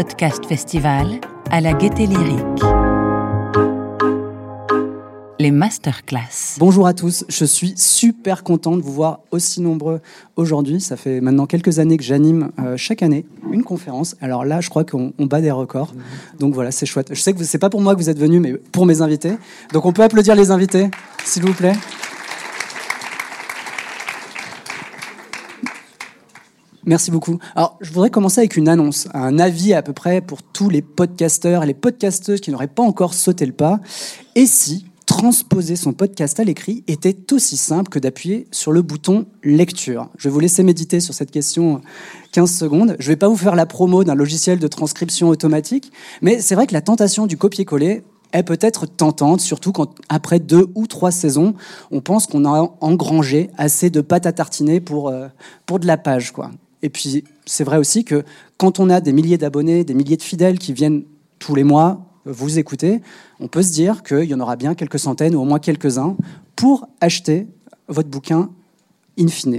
Podcast Festival à la Gaîté Lyrique. Les masterclass. Bonjour à tous, je suis super content de vous voir aussi nombreux aujourd'hui. Ça fait maintenant quelques années que j'anime chaque année une conférence. Alors là, je crois qu'on bat des records. Donc voilà, c'est chouette. Je sais que c'est pas pour moi que vous êtes venus, mais pour mes invités. Donc on peut applaudir les invités, s'il vous plaît. Merci beaucoup. Alors, je voudrais commencer avec une annonce, un avis à peu près pour tous les podcasteurs et les podcasteuses qui n'auraient pas encore sauté le pas. Et si transposer son podcast à l'écrit était aussi simple que d'appuyer sur le bouton lecture? Je vais vous laisser méditer sur cette question 15 secondes. Je ne vais pas vous faire la promo d'un logiciel de transcription automatique, mais c'est vrai que la tentation du copier-coller est peut-être tentante, surtout quand, après 2 ou 3 saisons, on pense qu'on a engrangé assez de pâte à tartiner pour de la page, quoi. Et puis, c'est vrai aussi que quand on a des milliers d'abonnés, des milliers de fidèles qui viennent tous les mois vous écouter, on peut se dire qu'il y en aura bien quelques centaines ou au moins quelques-uns pour acheter votre bouquin in fine.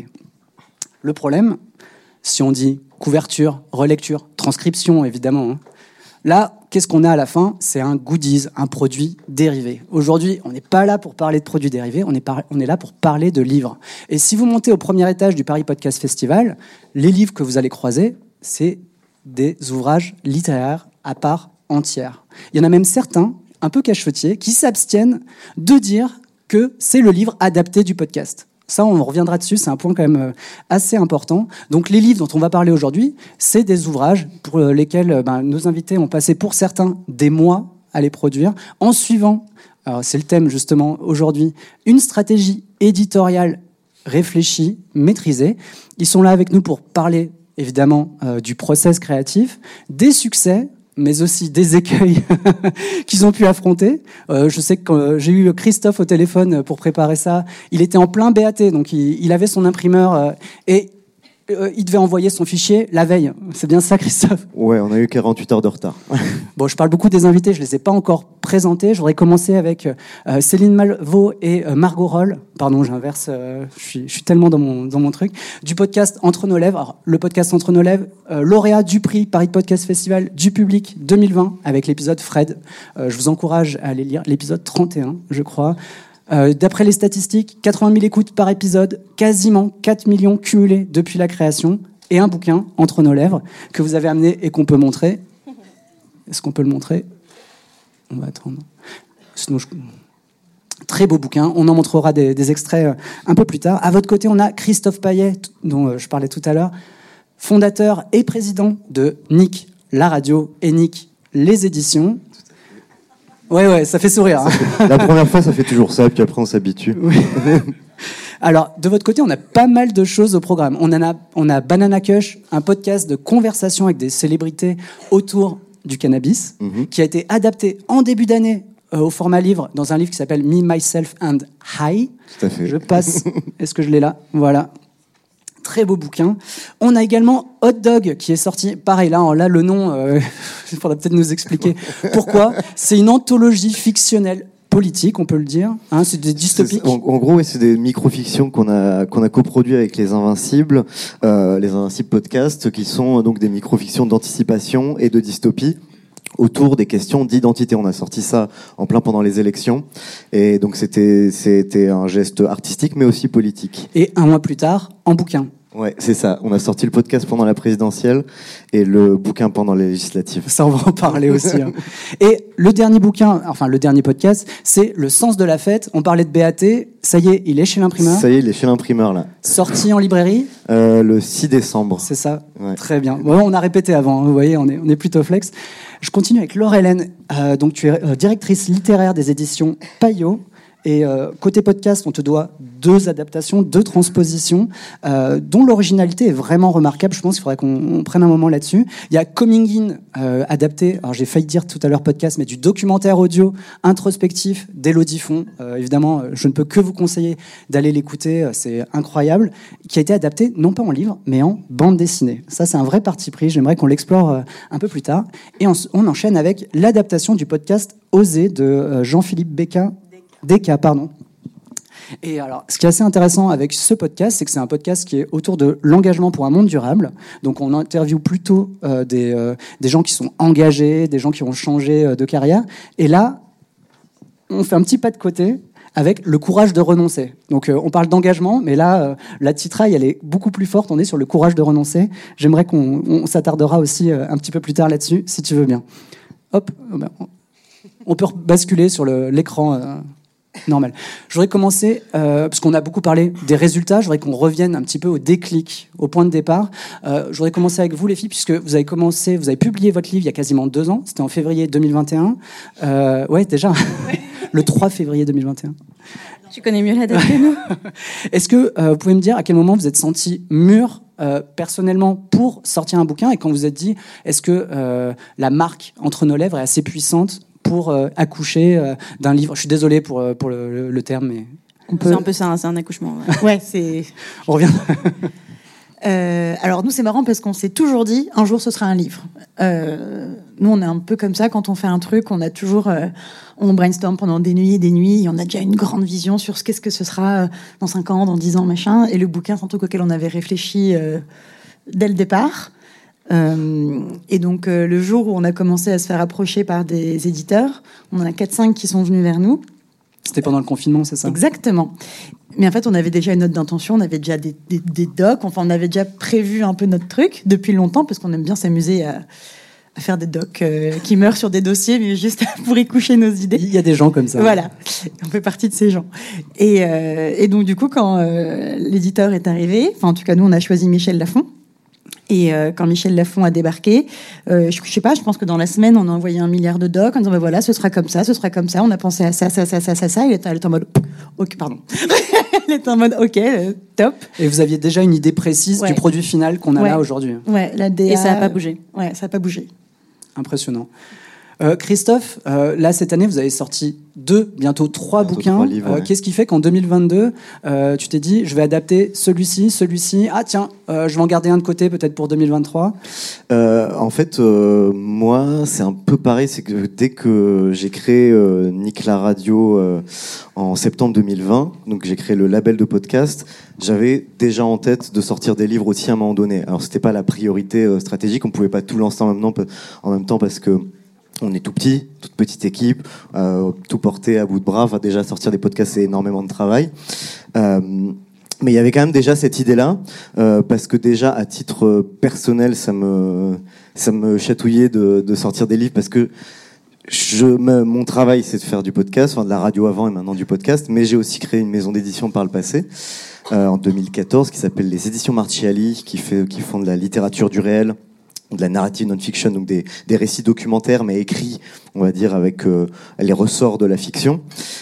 Le problème, si on dit couverture, relecture, transcription, évidemment, là, qu'est-ce qu'on a à la fin? C'est un goodies, un produit dérivé. Aujourd'hui, on n'est pas là pour parler de produits dérivés, on est là pour parler de livres. Et si vous montez au premier étage du Paris Podcast Festival, les livres que vous allez croiser, c'est des ouvrages littéraires à part entière. Il y en a même certains, un peu cache-fetiers, qui s'abstiennent de dire que c'est le livre adapté du podcast. Ça, on reviendra dessus, c'est un point quand même assez important. Donc les livres dont on va parler aujourd'hui, c'est des ouvrages pour lesquels nos invités ont passé pour certains des mois à les produire, en suivant, alors c'est le thème justement aujourd'hui, une stratégie éditoriale réfléchie, maîtrisée. Ils sont là avec nous pour parler évidemment du process créatif, des succès, mais aussi des écueils qu'ils ont pu affronter. Je sais que j'ai eu Christophe au téléphone pour préparer ça. Il était en plein BAT, donc il avait son imprimeur et il devait envoyer son fichier la veille. C'est bien ça, Christophe? Ouais, on a eu 48 heures de retard. Bon, je parle beaucoup des invités, je les ai pas encore présentés. Je voudrais commencer avec Céline Malvaux et Margot Roll. Pardon, j'inverse, je suis tellement dans mon truc. Du podcast Entre nos lèvres. Alors, le podcast Entre nos lèvres, lauréat du prix Paris Podcast Festival du public 2020 avec l'épisode Fred. Je vous encourage à aller lire l'épisode 31, je crois. D'après les statistiques, 80 000 écoutes par épisode, quasiment 4 millions cumulés depuis la création, et un bouquin, Entre nos lèvres, que vous avez amené et qu'on peut montrer. Est-ce qu'on peut le montrer? On va attendre. Sinon, très beau bouquin, on en montrera des extraits un peu plus tard. À votre côté, on a Christophe Paillet, dont je parlais tout à l'heure, fondateur et président de Nick, la radio, et Nick, les éditions. Ouais, ça fait sourire. La première fois, ça fait toujours ça, puis après, on s'habitue. Oui. Alors, de votre côté, on a pas mal de choses au programme. On a Banana Kush, un podcast de conversation avec des célébrités autour du cannabis, qui a été adapté en début d'année au format livre, dans un livre qui s'appelle Me, Myself and High. Tout à fait. Je passe. Est-ce que je l'ai là? Voilà. Très beau bouquin. On a également Hot Dog qui est sorti. Pareil, là le nom, il faudra peut-être nous expliquer pourquoi. C'est une anthologie fictionnelle politique, on peut le dire. C'est des dystopiques. En gros, c'est des micro-fictions qu'on a coproduit avec les Invincibles podcasts, qui sont donc des micro-fictions d'anticipation et de dystopie autour des questions d'identité. On a sorti ça en plein pendant les élections, et donc c'était un geste artistique mais aussi politique. Et un mois plus tard, en bouquin. Ouais, c'est ça. On a sorti le podcast pendant la présidentielle et le bouquin pendant les législatives. Ça, on va en parler aussi. Et le dernier bouquin, enfin le dernier podcast, c'est Le sens de la fête. On parlait de BAT. Ça y est, il est chez l'imprimeur. Ça y est, il est chez l'imprimeur, là. Sorti en librairie le 6 décembre. C'est ça. Ouais. Très bien. Bon, on a répété avant. Vous voyez, on est plutôt flex. Je continue avec Laure Hélène. Donc, tu es directrice littéraire des éditions Payot. Et côté podcast, on te doit 2 adaptations, 2 transpositions, dont l'originalité est vraiment remarquable. Je pense qu'il faudrait qu'on prenne un moment là-dessus. Il y a Coming In, adapté, alors j'ai failli dire tout à l'heure podcast, mais du documentaire audio introspectif d'Élodie Font. Évidemment, je ne peux que vous conseiller d'aller l'écouter, c'est incroyable, qui a été adapté non pas en livre, mais en bande dessinée. Ça, c'est un vrai parti pris. J'aimerais qu'on l'explore un peu plus tard. Et on enchaîne avec l'adaptation du podcast Oser de Jean-Philippe Descas, Et alors, ce qui est assez intéressant avec ce podcast, c'est que c'est un podcast qui est autour de l'engagement pour un monde durable. Donc, on interviewe plutôt des gens qui sont engagés, des gens qui ont changé de carrière. Et là, on fait un petit pas de côté avec le courage de renoncer. Donc, on parle d'engagement, mais là, la titraille, elle est beaucoup plus forte. On est sur le courage de renoncer. J'aimerais qu'on s'attardera aussi un petit peu plus tard là-dessus, si tu veux bien. Hop, on peut basculer sur l'écran normal. Je voudrais commencer, parce qu'on a beaucoup parlé des résultats, je voudrais qu'on revienne un petit peu au déclic, au point de départ. Je voudrais commencer avec vous, les filles, puisque vous avez publié votre livre il y a quasiment 2 ans, c'était en février 2021. Ouais, déjà, ouais. Le 3 février 2021. Tu connais mieux la date que nous. Est-ce que vous pouvez me dire à quel moment vous êtes senti mûr personnellement pour sortir un bouquin, et quand vous vous êtes dit, est-ce que la marque Entre nos lèvres est assez puissante pour accoucher d'un livre? Je suis désolé pour le terme, mais c'est un peu ça, c'est un accouchement. Ouais, c'est... On revient. Alors nous, c'est marrant parce qu'on s'est toujours dit, un jour ce sera un livre. Nous, on est un peu comme ça, quand on fait un truc, on a toujours... on brainstorm pendant des nuits et des nuits, et on a déjà une grande vision sur qu'est-ce que ce sera dans 5 ans, dans 10 ans, machin. Et le bouquin, c'est un truc auquel on avait réfléchi dès le départ. Et donc, le jour où on a commencé à se faire approcher par des éditeurs, on en a 4-5 qui sont venus vers nous. C'était pendant le confinement, c'est ça? Exactement. Mais en fait, on avait déjà une note d'intention, on avait déjà des docs, enfin, on avait déjà prévu un peu notre truc depuis longtemps, parce qu'on aime bien s'amuser à faire des docs qui meurent sur des dossiers, mais juste pour y coucher nos idées. Il y a des gens comme ça. Voilà, on fait partie de ces gens. Et donc, du coup, quand l'éditeur est arrivé, enfin, en tout cas, nous, on a choisi Michel Lafon. Et quand Michel Lafon a débarqué, je sais pas, je pense que dans la semaine, on a envoyé 1 milliard de docs en disant, voilà, ce sera comme ça, on a pensé à ça. Il était en mode, ok, pardon. Il était en mode, ok, top. Et vous aviez déjà une idée précise du produit final qu'on a là aujourd'hui. Ouais, la DA. Et ça n'a pas bougé. Ouais, ça n'a pas bougé. Impressionnant. Christophe, là, cette année, vous avez sorti 2, bientôt 3 bouquins. 3 livres, ouais. Qu'est-ce qui fait qu'en 2022, tu t'es dit, je vais adapter celui-ci. Ah tiens, je vais en garder un de côté peut-être pour 2023. En fait, moi, c'est un peu pareil. C'est que dès que j'ai créé Nick la Radio en septembre 2020, donc j'ai créé le label de podcast, j'avais déjà en tête de sortir des livres aussi à un moment donné. Alors, c'était pas la priorité stratégique. On pouvait pas tout lancer en même temps parce que on est tout petit, toute petite équipe, tout porté à bout de bras. Enfin, déjà, sortir des podcasts, c'est énormément de travail. Mais il y avait quand même déjà cette idée-là, parce que déjà, à titre personnel, ça me chatouillait de sortir des livres, parce que mon travail, c'est de faire du podcast, enfin de la radio avant et maintenant du podcast, mais j'ai aussi créé une maison d'édition par le passé, en 2014, qui s'appelle les Éditions Marchiali, qui font de la littérature du réel, de la narrative non-fiction, donc des récits documentaires, mais écrits, on va dire, avec les ressorts de la fiction.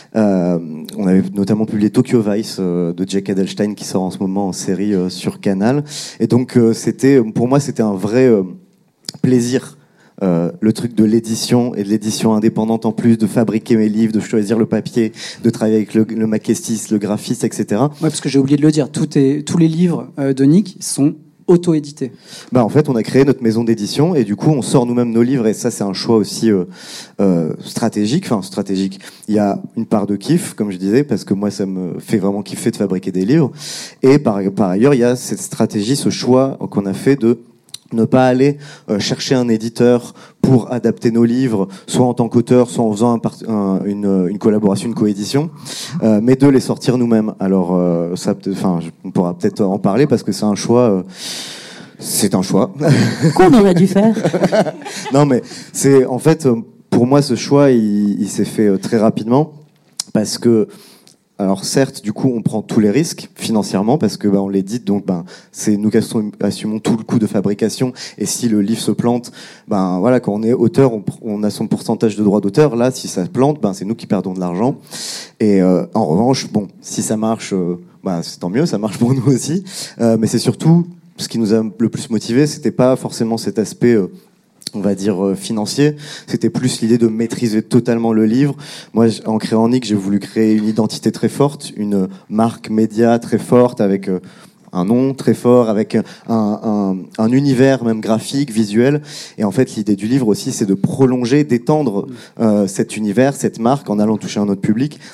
On avait notamment publié Tokyo Vice de Jack Adelstein, qui sort en ce moment en série sur Canal. Et donc, pour moi, c'était un vrai plaisir. Le truc de l'édition et de l'édition indépendante, en plus de fabriquer mes livres, de choisir le papier, de travailler avec le maquettiste, le graphiste, etc. Ouais, parce que j'ai oublié de le dire, tous les livres de Nick sont auto-édité. En fait, on a créé notre maison d'édition et du coup, on sort nous-mêmes nos livres, et ça, c'est un choix aussi stratégique. Enfin, stratégique. Il y a une part de kiff, comme je disais, parce que moi, ça me fait vraiment kiffer de fabriquer des livres. Et par ailleurs, il y a cette stratégie, ce choix qu'on a fait de ne pas aller chercher un éditeur pour adapter nos livres, soit en tant qu'auteur, soit en faisant une collaboration, une coédition, mais de les sortir nous-mêmes. Alors, on pourra peut-être en parler parce que c'est un choix. C'est un choix qu'on aurait dû faire. Non, mais c'est en fait pour moi ce choix, il s'est fait très rapidement parce que. Alors certes, du coup, on prend tous les risques financièrement parce que on l'édite, donc c'est nous qui assumons tout le coût de fabrication. Et si le livre se plante, voilà, quand on est auteur, on a son pourcentage de droit d'auteur. Là, si ça plante, c'est nous qui perdons de l'argent. Et en revanche, si ça marche, c'est tant mieux, ça marche pour nous aussi. Mais c'est surtout ce qui nous a le plus motivé, c'était pas forcément cet aspect. On va dire financier, c'était plus l'idée de maîtriser totalement le livre. Moi, en créant Nick, j'ai voulu créer une identité très forte, une marque média très forte, avec un nom très fort, avec un univers même graphique, visuel. Et en fait, l'idée du livre aussi, c'est de prolonger, d'étendre cet univers, cette marque, en allant toucher un autre public.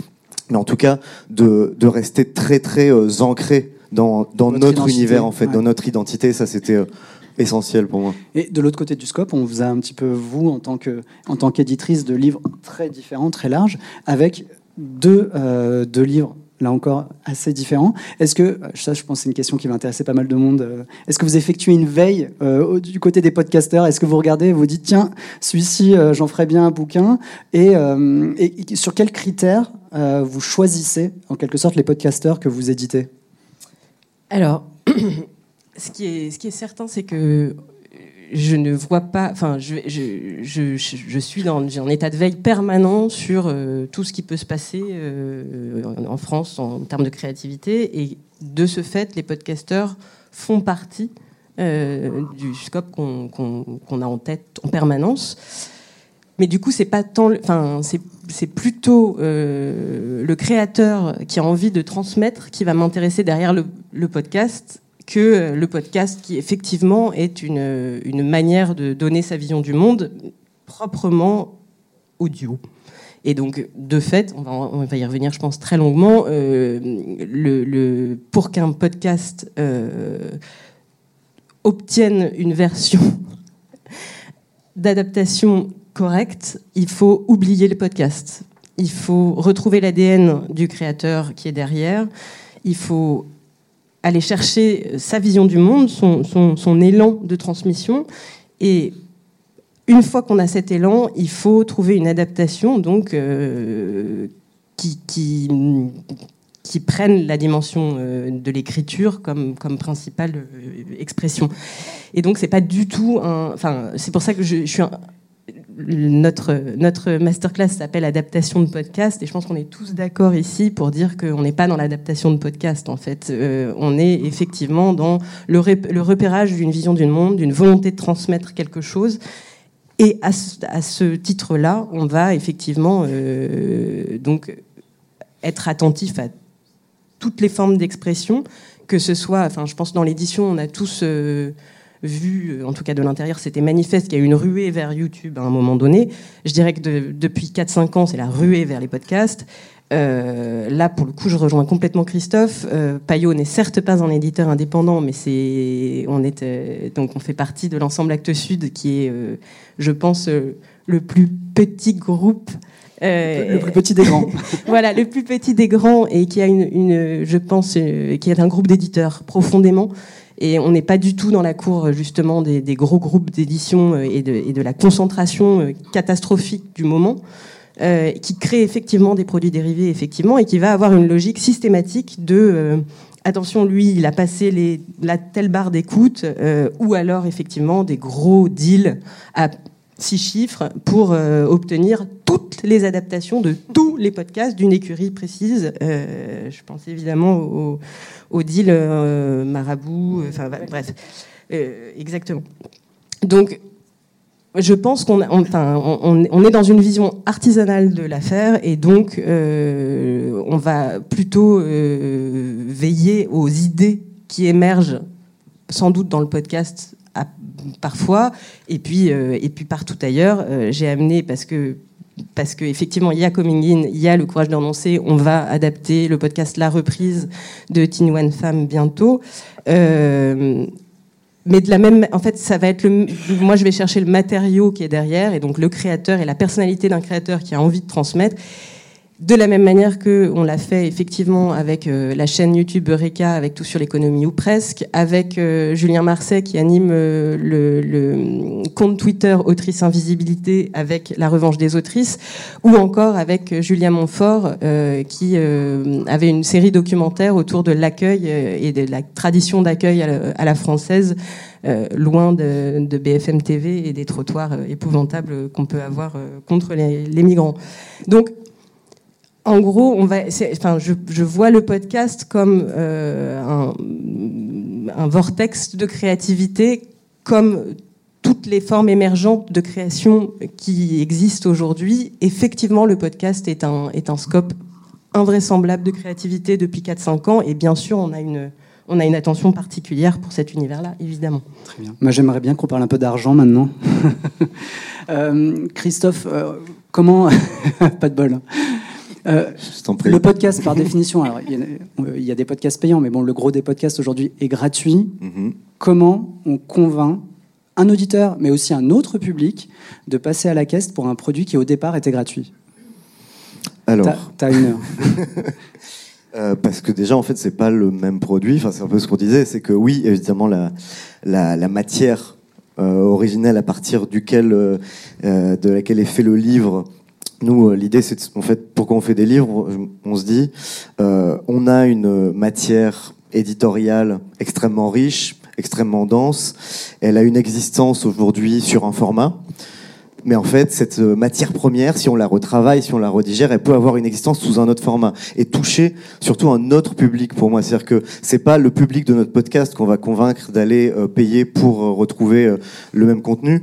mais en tout cas de rester très très ancré dans notre univers en fait, dans notre identité. Ça c'était essentiel pour moi. Et de l'autre côté du scope, on vous a un petit peu, vous, en tant qu'éditrice de livres très différents, très larges, avec deux livres, là encore, assez différents. Est-ce que, ça je pense que c'est une question qui va intéresser pas mal de monde, est-ce que vous effectuez une veille du côté des podcasteurs? Est-ce que vous regardez, vous dites, tiens, celui-ci, j'en ferai bien un bouquin, et sur quels critères vous choisissez, en quelque sorte, les podcasteurs que vous éditez? Alors, ce qui est certain, c'est que je ne vois pas. Enfin, je suis en état de veille permanent sur tout ce qui peut se passer en France en termes de créativité, et de ce fait, les podcasteurs font partie du scope qu'on a en tête en permanence. Mais du coup, c'est pas tant. Enfin, c'est plutôt le créateur qui a envie de transmettre qui va m'intéresser derrière le podcast, que le podcast qui effectivement est une manière de donner sa vision du monde proprement audio. Et donc, de fait, on va y revenir, je pense, très longuement. Pour qu'un podcast obtienne une version d'adaptation correcte, il faut oublier le podcast. Il faut retrouver l'ADN du créateur qui est derrière. Il faut aller chercher sa vision du monde, son élan de transmission. Et une fois qu'on a cet élan, il faut trouver une adaptation donc, qui prenne la dimension de l'écriture comme principale expression. Et donc, c'est pas du tout c'est pour ça que je suis notre masterclass s'appelle adaptation de podcast, et je pense qu'on est tous d'accord ici pour dire qu'on n'est pas dans l'adaptation de podcast en fait. On est effectivement dans le repérage d'une vision du monde, d'une volonté de transmettre quelque chose, et à ce titre-là, on va effectivement donc être attentif à toutes les formes d'expression, que ce soit, je pense dans l'édition, on a tous vu, en tout cas de l'intérieur, c'était manifeste qu'il y a eu une ruée vers YouTube à un moment donné. Je dirais que depuis 4-5 ans, c'est la ruée vers les podcasts. Là, pour le coup, je rejoins complètement Christophe. Payot n'est certes pas un éditeur indépendant, mais donc on fait partie de l'ensemble Actes Sud, qui est, je pense, le plus petit groupe. Le plus petit des grands. Voilà, le plus petit des grands, et qui a je pense, qui est un groupe d'éditeurs profondément. Et on n'est pas du tout dans la cour justement des gros groupes d'édition et de la concentration catastrophique du moment, qui crée effectivement des produits dérivés, effectivement, et qui va avoir une logique systématique de attention, lui, il a passé la telle barre d'écoute, ou alors effectivement des gros deals à 6 chiffres pour obtenir toutes les adaptations de tous les podcasts d'une écurie précise. Je pense évidemment au deal Marabout, bref, exactement. Donc, je pense qu'on est dans une vision artisanale de l'affaire, et donc on va plutôt veiller aux idées qui émergent sans doute dans le podcast parfois, et puis partout ailleurs. J'ai amené, parce que effectivement il y a Coming In, il y a Le Courage de renoncer, on va adapter le podcast La Reprise de Teen One Femme bientôt, mais de la même, en fait, ça va être moi je vais chercher le matériau qui est derrière, et donc le créateur et la personnalité d'un créateur qui a envie de transmettre. De la même manière que on l'a fait effectivement avec la chaîne YouTube Eureka, avec Tout sur l'économie ou presque, avec Julien Marseille qui anime le compte Twitter Autrice Invisibilité avec La Revanche des Autrices, ou encore avec Julia Montfort qui avait une série documentaire autour de l'accueil et de la tradition d'accueil à la française, loin de BFM TV et des trottoirs épouvantables qu'on peut avoir contre les migrants. Donc, en gros, je vois le podcast comme un vortex de créativité, comme toutes les formes émergentes de création qui existent aujourd'hui. Effectivement, le podcast est un scope invraisemblable de créativité depuis 4-5 ans, et bien sûr, on a une attention particulière pour cet univers-là, évidemment. Très bien. Moi, j'aimerais bien qu'on parle un peu d'argent maintenant. Christophe, comment... Pas de bol. Je t'en prie. Le podcast, par définition, alors il y a des podcasts payants, mais bon, le gros des podcasts aujourd'hui est gratuit. Comment on convainc un auditeur, mais aussi un autre public, de passer à la caisse pour un produit qui au départ était gratuit? Alors, t'as une heure. Parce que déjà, en fait, c'est pas le même produit. Enfin, c'est un peu ce qu'on disait, c'est que oui, évidemment, la matière originelle à partir de laquelle est fait le livre. Nous, l'idée, c'est en fait, pourquoi on fait des livres, on se dit, on a une matière éditoriale extrêmement riche, extrêmement dense. Elle a une existence aujourd'hui sur un format. Mais en fait, cette matière première, si on la retravaille, si on la redigère, elle peut avoir une existence sous un autre format et toucher surtout un autre public pour moi. C'est-à-dire que c'est pas le public de notre podcast qu'on va convaincre d'aller payer pour retrouver le même contenu.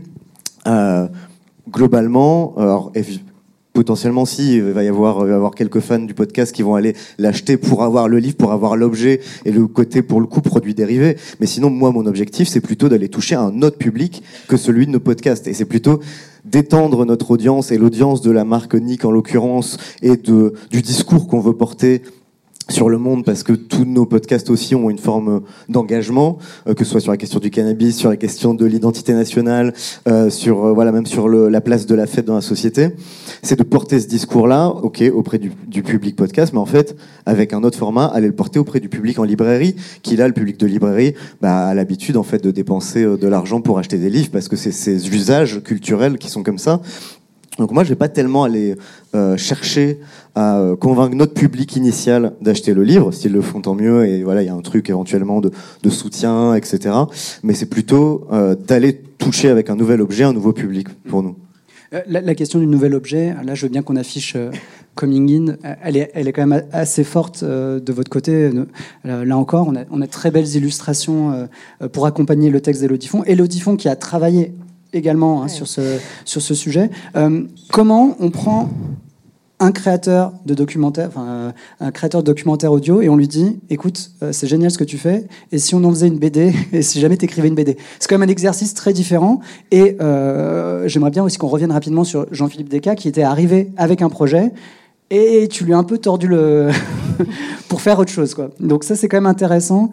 Globalement, alors, potentiellement, si, il va y avoir quelques fans du podcast qui vont aller l'acheter pour avoir le livre, pour avoir l'objet et le côté, pour le coup, produit dérivé. Mais sinon, moi, mon objectif, c'est plutôt d'aller toucher un autre public que celui de nos podcasts. Et c'est plutôt d'étendre notre audience et l'audience de la marque Nick, en l'occurrence, et du discours qu'on veut porter sur le monde, parce que tous nos podcasts aussi ont une forme d'engagement, que ce soit sur la question du cannabis, sur la question de l'identité nationale, sur même sur la place de la fête dans la société. C'est de porter ce discours-là, auprès du public podcast, mais en fait, avec un autre format, aller le porter auprès du public en librairie, qui là, le public de librairie, a l'habitude en fait de dépenser de l'argent pour acheter des livres, parce que c'est ces usages culturels qui sont comme ça. Donc moi, je vais pas tellement aller chercher à convaincre notre public initial d'acheter le livre. S'ils le font, tant mieux. Et voilà, il y a un truc éventuellement de soutien, etc. Mais c'est plutôt d'aller toucher avec un nouvel objet, un nouveau public pour nous. La question du nouvel objet, là, je veux bien qu'on affiche Coming In. Elle est quand même assez forte de votre côté. Là encore, on a très belles illustrations pour accompagner le texte d'Élodie Font. Élodie Font qui a travaillé également sur ce sujet. Comment on prend un créateur de documentaire, un créateur de documentaire audio, et on lui dit, écoute, c'est génial ce que tu fais, et si on en faisait une BD, et si jamais tu écrivais une BD? C'est quand même un exercice très différent, et j'aimerais bien aussi qu'on revienne rapidement sur Jean-Philippe Descas, qui était arrivé avec un projet, et tu lui as un peu tordu le pour faire autre chose, quoi. Donc ça, c'est quand même intéressant.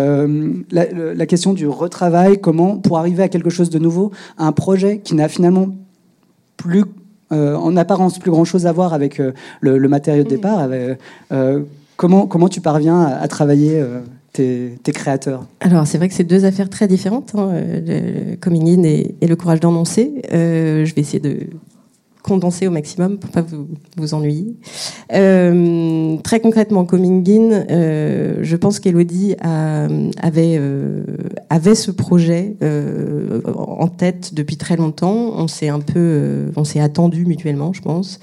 La question du retravail, comment pour arriver à quelque chose de nouveau, à un projet qui n'a finalement plus en apparence plus grand chose à voir avec le matériau de départ. Comment tu parviens à travailler tes créateurs? Alors, c'est vrai que c'est deux affaires très différentes, le Coming In et le courage d'annoncer. Je vais essayer de condenser au maximum pour pas vous ennuyer. Très concrètement, Coming In, je pense qu'Élodie avait ce projet en tête depuis très longtemps. On s'est attendu mutuellement, je pense.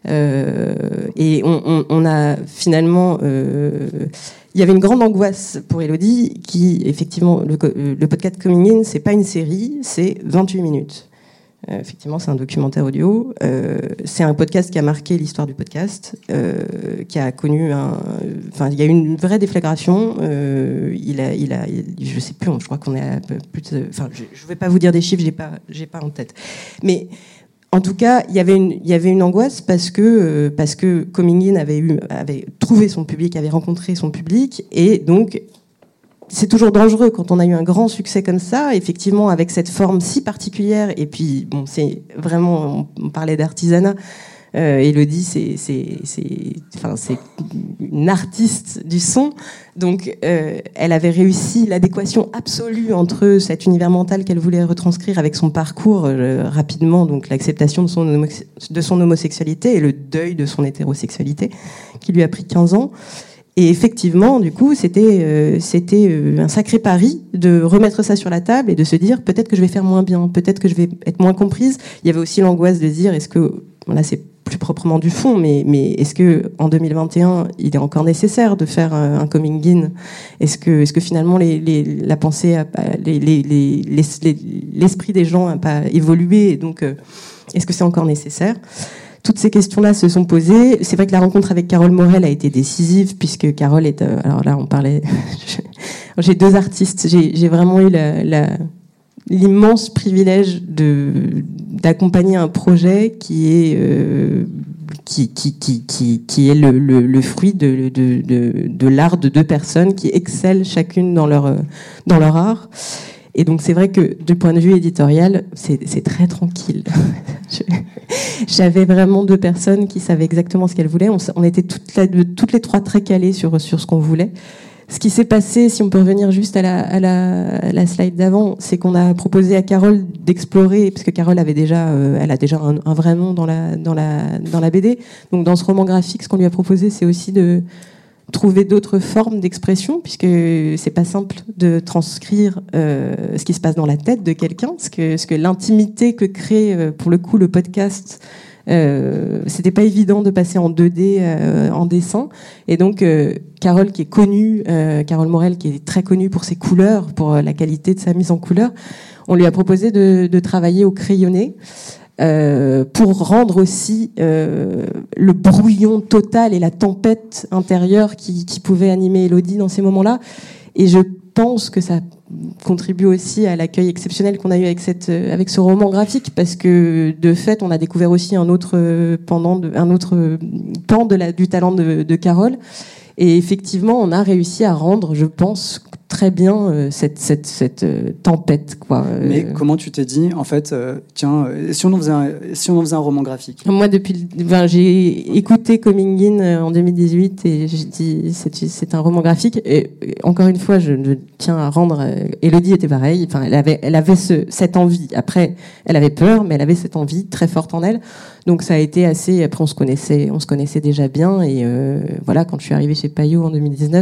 Et on a finalement... il y avait une grande angoisse pour Élodie qui, effectivement, le podcast Coming In, c'est pas une série, c'est 28 minutes. Effectivement, c'est un documentaire audio. C'est un podcast qui a marqué l'histoire du podcast, qui a connu il y a eu une vraie déflagration. Je sais plus. Je crois qu'on est à plus de. Je vais pas vous dire des chiffres. J'ai pas en tête. Mais en tout cas, il y avait une angoisse parce que Coming In avait trouvé son public, avait rencontré son public, et donc. C'est toujours dangereux quand on a eu un grand succès comme ça, effectivement, avec cette forme si particulière. Et puis, bon, c'est vraiment, on parlait d'artisanat. Élodie, c'est une artiste du son. Donc, elle avait réussi l'adéquation absolue entre cet univers mental qu'elle voulait retranscrire avec son parcours rapidement, donc l'acceptation de son homosexualité et le deuil de son hétérosexualité, qui lui a pris 15 ans. Et effectivement, du coup, c'était un sacré pari de remettre ça sur la table et de se dire peut-être que je vais faire moins bien, peut-être que je vais être moins comprise. Il y avait aussi l'angoisse de dire est-ce que, là c'est plus proprement du fond, mais est-ce que en 2021 il est encore nécessaire de faire un Coming In? Est-ce que finalement la pensée, l'esprit des gens n'a pas évolué, et donc est-ce que c'est encore nécessaire? Toutes ces questions-là se sont posées. C'est vrai que la rencontre avec Carole Morel a été décisive, puisque Carole est... alors là, on parlait... J'ai deux artistes. J'ai vraiment eu l'immense privilège d'accompagner un projet qui est qui est le fruit de l'art de deux personnes qui excellent chacune dans leur art. Et donc c'est vrai que du point de vue éditorial, c'est très tranquille. J'avais vraiment deux personnes qui savaient exactement ce qu'elles voulaient. On était toutes les trois très calées sur ce qu'on voulait. Ce qui s'est passé, si on peut revenir juste à la slide d'avant, c'est qu'on a proposé à Carole d'explorer, parce que Carole avait déjà, elle a déjà un vrai nom dans la BD. Donc dans ce roman graphique, ce qu'on lui a proposé, c'est aussi de trouver d'autres formes d'expression, puisque c'est pas simple de transcrire ce qui se passe dans la tête de quelqu'un, ce que l'intimité que crée pour le coup le podcast. C'était pas évident de passer en 2D en dessin, et donc Carole qui est connue, Carole Morel qui est très connue pour ses couleurs, pour la qualité de sa mise en couleur, on lui a proposé de travailler au crayonné pour rendre aussi le brouillon total et la tempête intérieure qui pouvait animer Élodie dans ces moments-là. Et je pense que ça contribue aussi à l'accueil exceptionnel qu'on a eu avec ce roman graphique, parce que de fait, on a découvert aussi un autre pan du talent de Carole. Et effectivement, on a réussi à rendre, je pense, très bien cette tempête, quoi. Mais comment tu t'es dit, en fait, si on en faisait un roman graphique? Moi, j'ai écouté Coming In en 2018 et j'ai dit c'est un roman graphique. Et encore une fois, je tiens à rendre. Élodie était pareille. Enfin, elle avait cette envie. Après, elle avait peur, mais elle avait cette envie très forte en elle. Donc ça a été assez. Après, on se connaissait déjà bien. Et voilà, quand je suis arrivée chez Payot en 2019,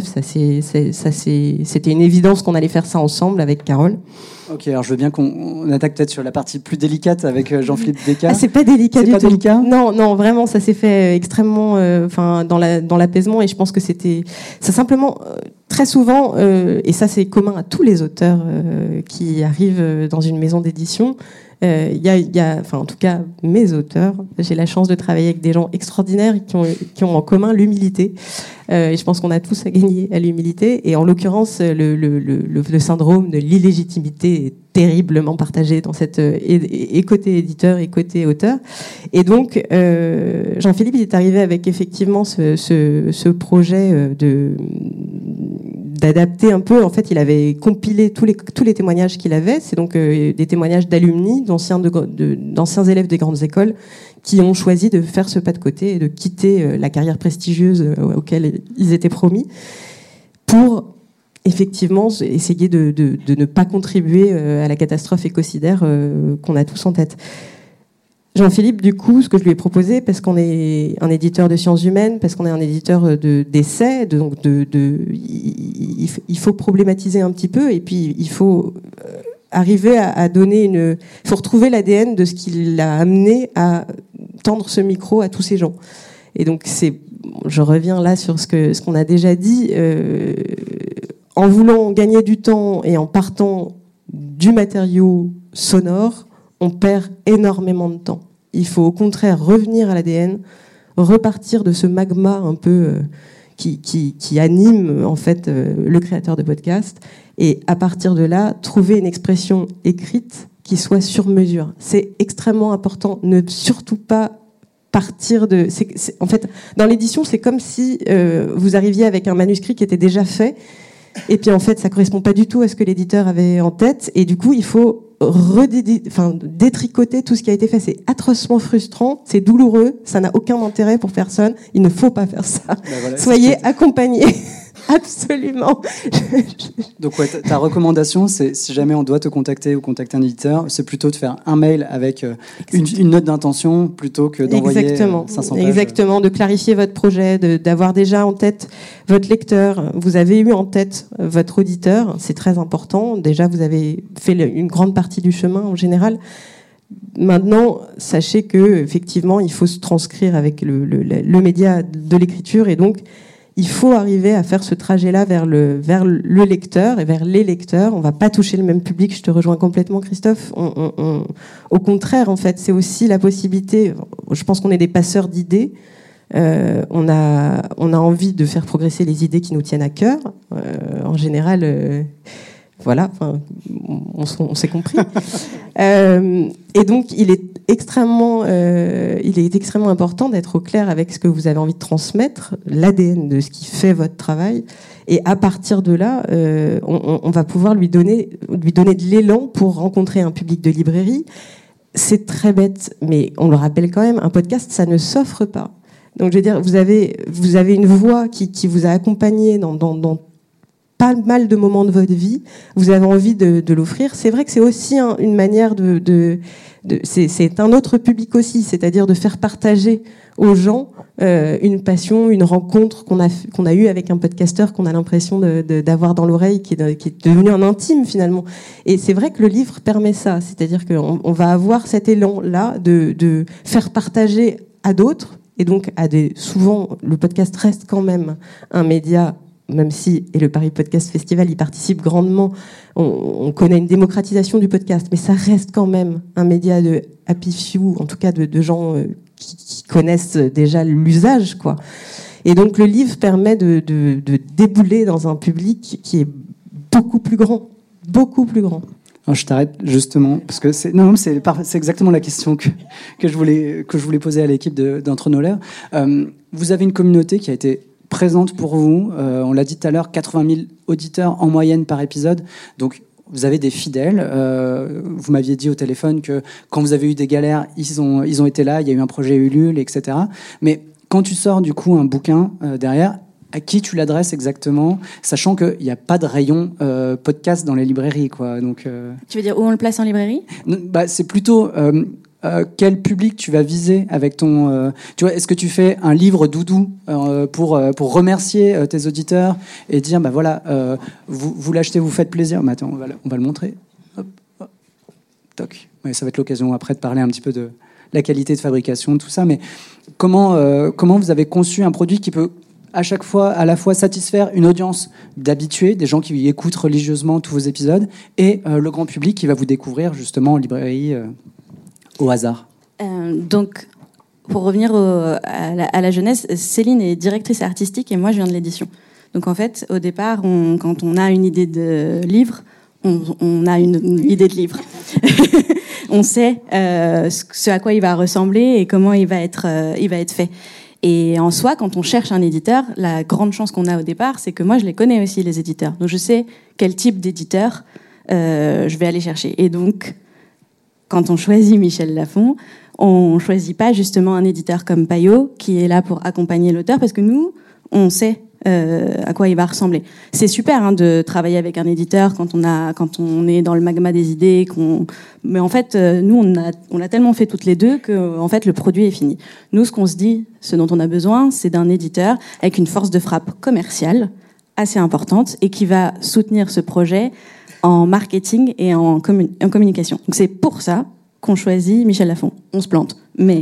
c'était une évidence qu'on allait faire ça ensemble avec Carole. Ok, alors je veux bien qu'on attaque peut-être sur la partie plus délicate avec Jean-Philippe Descas. Ah, c'est pas délicat du tout. C'est pas délicat ? Non, vraiment, ça s'est fait extrêmement, dans l'apaisement, et je pense que c'est simplement très souvent, et ça c'est commun à tous les auteurs qui arrivent dans une maison d'édition. En tout cas, mes auteurs, j'ai la chance de travailler avec des gens extraordinaires qui ont en commun l'humilité. Et je pense qu'on a tous à gagner à l'humilité. Et en l'occurrence, le syndrome de l'illégitimité est terriblement partagé dans cette et côté éditeur et côté auteur. Et donc, Jean-Philippe il est arrivé avec effectivement ce projet d'adapter un peu. En fait, il avait compilé tous les témoignages qu'il avait. C'est donc des témoignages d'alumni, d'anciens élèves des grandes écoles qui ont choisi de faire ce pas de côté et de quitter la carrière prestigieuse auquel ils étaient promis pour effectivement essayer de ne pas contribuer à la catastrophe écocidaire qu'on a tous en tête. Jean-Philippe, du coup, ce que je lui ai proposé, parce qu'on est un éditeur de sciences humaines, parce qu'on est un éditeur d'essais, donc il faut problématiser un petit peu, et puis il faut arriver à donner il faut retrouver l'ADN de ce qui l'a amené à tendre ce micro à tous ces gens. Et donc je reviens là sur ce qu'on a déjà dit, en voulant gagner du temps et en partant du matériau sonore, on perd énormément de temps. Il faut au contraire revenir à l'ADN, repartir de ce magma un peu qui anime en fait le créateur de podcast, et à partir de là, trouver une expression écrite qui soit sur mesure. C'est extrêmement important. Ne surtout pas partir de... en fait, dans l'édition, c'est comme si vous arriviez avec un manuscrit qui était déjà fait, et puis en fait, ça correspond pas du tout à ce que l'éditeur avait en tête, et du coup, il faut détricoter tout ce qui a été fait. C'est atrocement frustrant, c'est douloureux, ça n'a aucun intérêt pour personne. Il ne faut pas faire ça. Ben voilà, soyez accompagnés. Absolument. Donc ouais, ta recommandation, c'est si jamais on doit te contacter ou contacter un éditeur, c'est plutôt de faire un mail avec une note d'intention plutôt que d'envoyer 500 pages. Exactement, de clarifier votre projet, d'avoir déjà en tête votre lecteur. Vous avez eu en tête votre auditeur, c'est très important. Déjà, vous avez fait une grande partie du chemin en général. Maintenant, sachez que effectivement, il faut se transcrire avec le média de l'écriture, et donc il faut arriver à faire ce trajet-là vers le lecteur et vers les lecteurs. On va pas toucher le même public, je te rejoins complètement, Christophe. Au contraire, en fait, c'est aussi la possibilité. Je pense qu'on est des passeurs d'idées. On a envie de faire progresser les idées qui nous tiennent à cœur. En général, voilà, on s'est compris. Et donc, il est extrêmement important d'être au clair avec ce que vous avez envie de transmettre, l'ADN de ce qui fait votre travail. Et à partir de là, on va pouvoir lui donner de l'élan pour rencontrer un public de librairie. C'est très bête, mais on le rappelle quand même, un podcast, ça ne s'offre pas. Donc, je veux dire, vous avez une voix qui vous a accompagné dans pas mal de moments de votre vie. Vous avez envie de l'offrir. C'est vrai que c'est aussi une manière c'est un autre public aussi, c'est-à-dire de faire partager aux gens une passion, une rencontre qu'on a eue avec un podcasteur qu'on a l'impression d'avoir dans l'oreille, qui est devenu un intime finalement. Et c'est vrai que le livre permet ça, c'est-à-dire qu'on va avoir cet élan-là de faire partager à d'autres, et donc souvent le podcast reste quand même un média, même si, et le Paris Podcast Festival y participe grandement, on connaît une démocratisation du podcast, mais ça reste quand même un média de happy few, en tout cas de gens qui connaissent déjà l'usage, quoi. Et donc le livre permet de débouler dans un public qui est beaucoup plus grand, beaucoup plus grand. Alors, je t'arrête justement parce que c'est exactement la question que je voulais poser à l'équipe d'Entre nos lèvres. Vous avez une communauté qui a été présente pour vous. On l'a dit tout à l'heure, 80 000 auditeurs en moyenne par épisode. Donc, vous avez des fidèles. Vous m'aviez dit au téléphone que quand vous avez eu des galères, ils ont été là. Il y a eu un projet Ulule, etc. Mais quand tu sors du coup un bouquin derrière, à qui tu l'adresses exactement, sachant qu'il n'y a pas de rayon podcast dans les librairies, quoi. Donc, Tu veux dire où on le place en librairie ? C'est plutôt quel public tu vas viser avec ton... tu vois, est-ce que tu fais un livre doudou pour remercier tes auditeurs et dire, bah voilà, vous l'achetez, vous faites plaisir. Mais attends, on va le montrer. Hop, hop, toc. Ouais, ça va être l'occasion après de parler un petit peu de la qualité de fabrication, tout ça. Mais comment vous avez conçu un produit qui peut à la fois satisfaire une audience d'habitués, des gens qui écoutent religieusement tous vos épisodes, et le grand public qui va vous découvrir justement en librairie au hasard. Donc, pour revenir à la jeunesse, Céline est directrice artistique et moi je viens de l'édition. Donc en fait, au départ, quand on a une idée de livre, on a une idée de livre. On sait ce à quoi il va ressembler et comment il va être fait. Et en soi, quand on cherche un éditeur, la grande chance qu'on a au départ, c'est que moi, je les connais aussi, les éditeurs. Donc, je sais quel type d'éditeur je vais aller chercher. Et donc, quand on choisit Michel Lafon, on choisit pas justement un éditeur comme Payot, qui est là pour accompagner l'auteur, parce que nous, on sait à quoi il va ressembler. C'est super de travailler avec un éditeur quand on est dans le magma des idées, mais en fait nous on a tellement fait toutes les deux que en fait le produit est fini. Nous ce qu'on se dit, ce dont on a besoin, c'est d'un éditeur avec une force de frappe commerciale assez importante et qui va soutenir ce projet en marketing et en communication. Donc c'est pour ça qu'on choisit Michel Lafon. On se plante, mais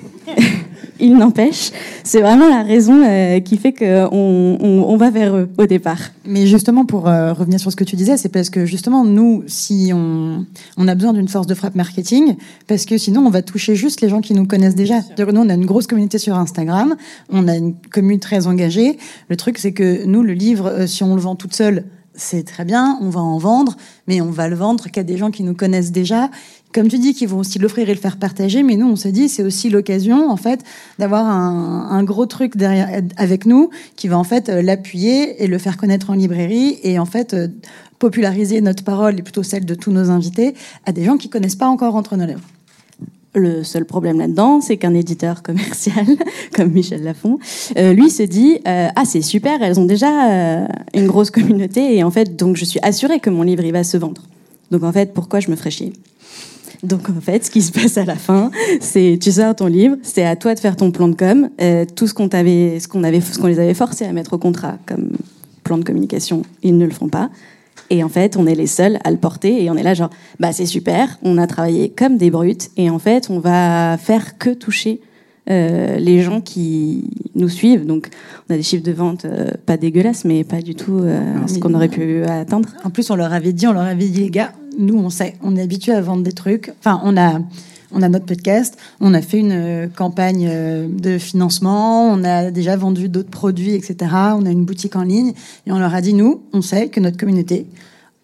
il n'empêche, c'est vraiment la raison qui fait qu'on va vers eux au départ. Mais justement, pour revenir sur ce que tu disais, c'est parce que justement, nous, si on a besoin d'une force de frappe marketing, parce que sinon, on va toucher juste les gens qui nous connaissent déjà. Nous, on a une grosse communauté sur Instagram, on a une commune très engagée. Le truc, c'est que nous, le livre, si on le vend toute seule, c'est très bien, on va en vendre, mais on va le vendre qu'à des gens qui nous connaissent déjà. Comme tu dis, qui vont aussi l'offrir et le faire partager, mais nous, on se dit, c'est aussi l'occasion, en fait, d'avoir un gros truc derrière, avec nous, qui va, en fait, l'appuyer et le faire connaître en librairie, et, en fait, populariser notre parole, et plutôt celle de tous nos invités, à des gens qui connaissent pas encore Entre nos lèvres. Le seul problème là-dedans, c'est qu'un éditeur commercial, comme Michel Lafon, lui se dit c'est super, elles ont déjà une grosse communauté, et en fait, donc je suis assurée que mon livre, il va se vendre. Donc en fait, pourquoi je me ferais chier ? Donc en fait, ce qui se passe à la fin, c'est tu sors ton livre, c'est à toi de faire ton plan de com. Tout ce qu'on les avait forcés à mettre au contrat comme plan de communication, ils ne le font pas. Et en fait, on est les seuls à le porter et on est là genre c'est super, on a travaillé comme des brutes et en fait, on va faire que toucher les gens qui nous suivent. Donc, on a des chiffres de vente pas dégueulasses, mais pas du tout ce qu'on aurait pu atteindre. En plus, on leur avait dit les gars, nous, on sait, on est habitués à vendre des trucs. Enfin, on a notre podcast, on a fait une campagne de financement, on a déjà vendu d'autres produits, etc. On a une boutique en ligne et on leur a dit, nous, on sait que notre communauté,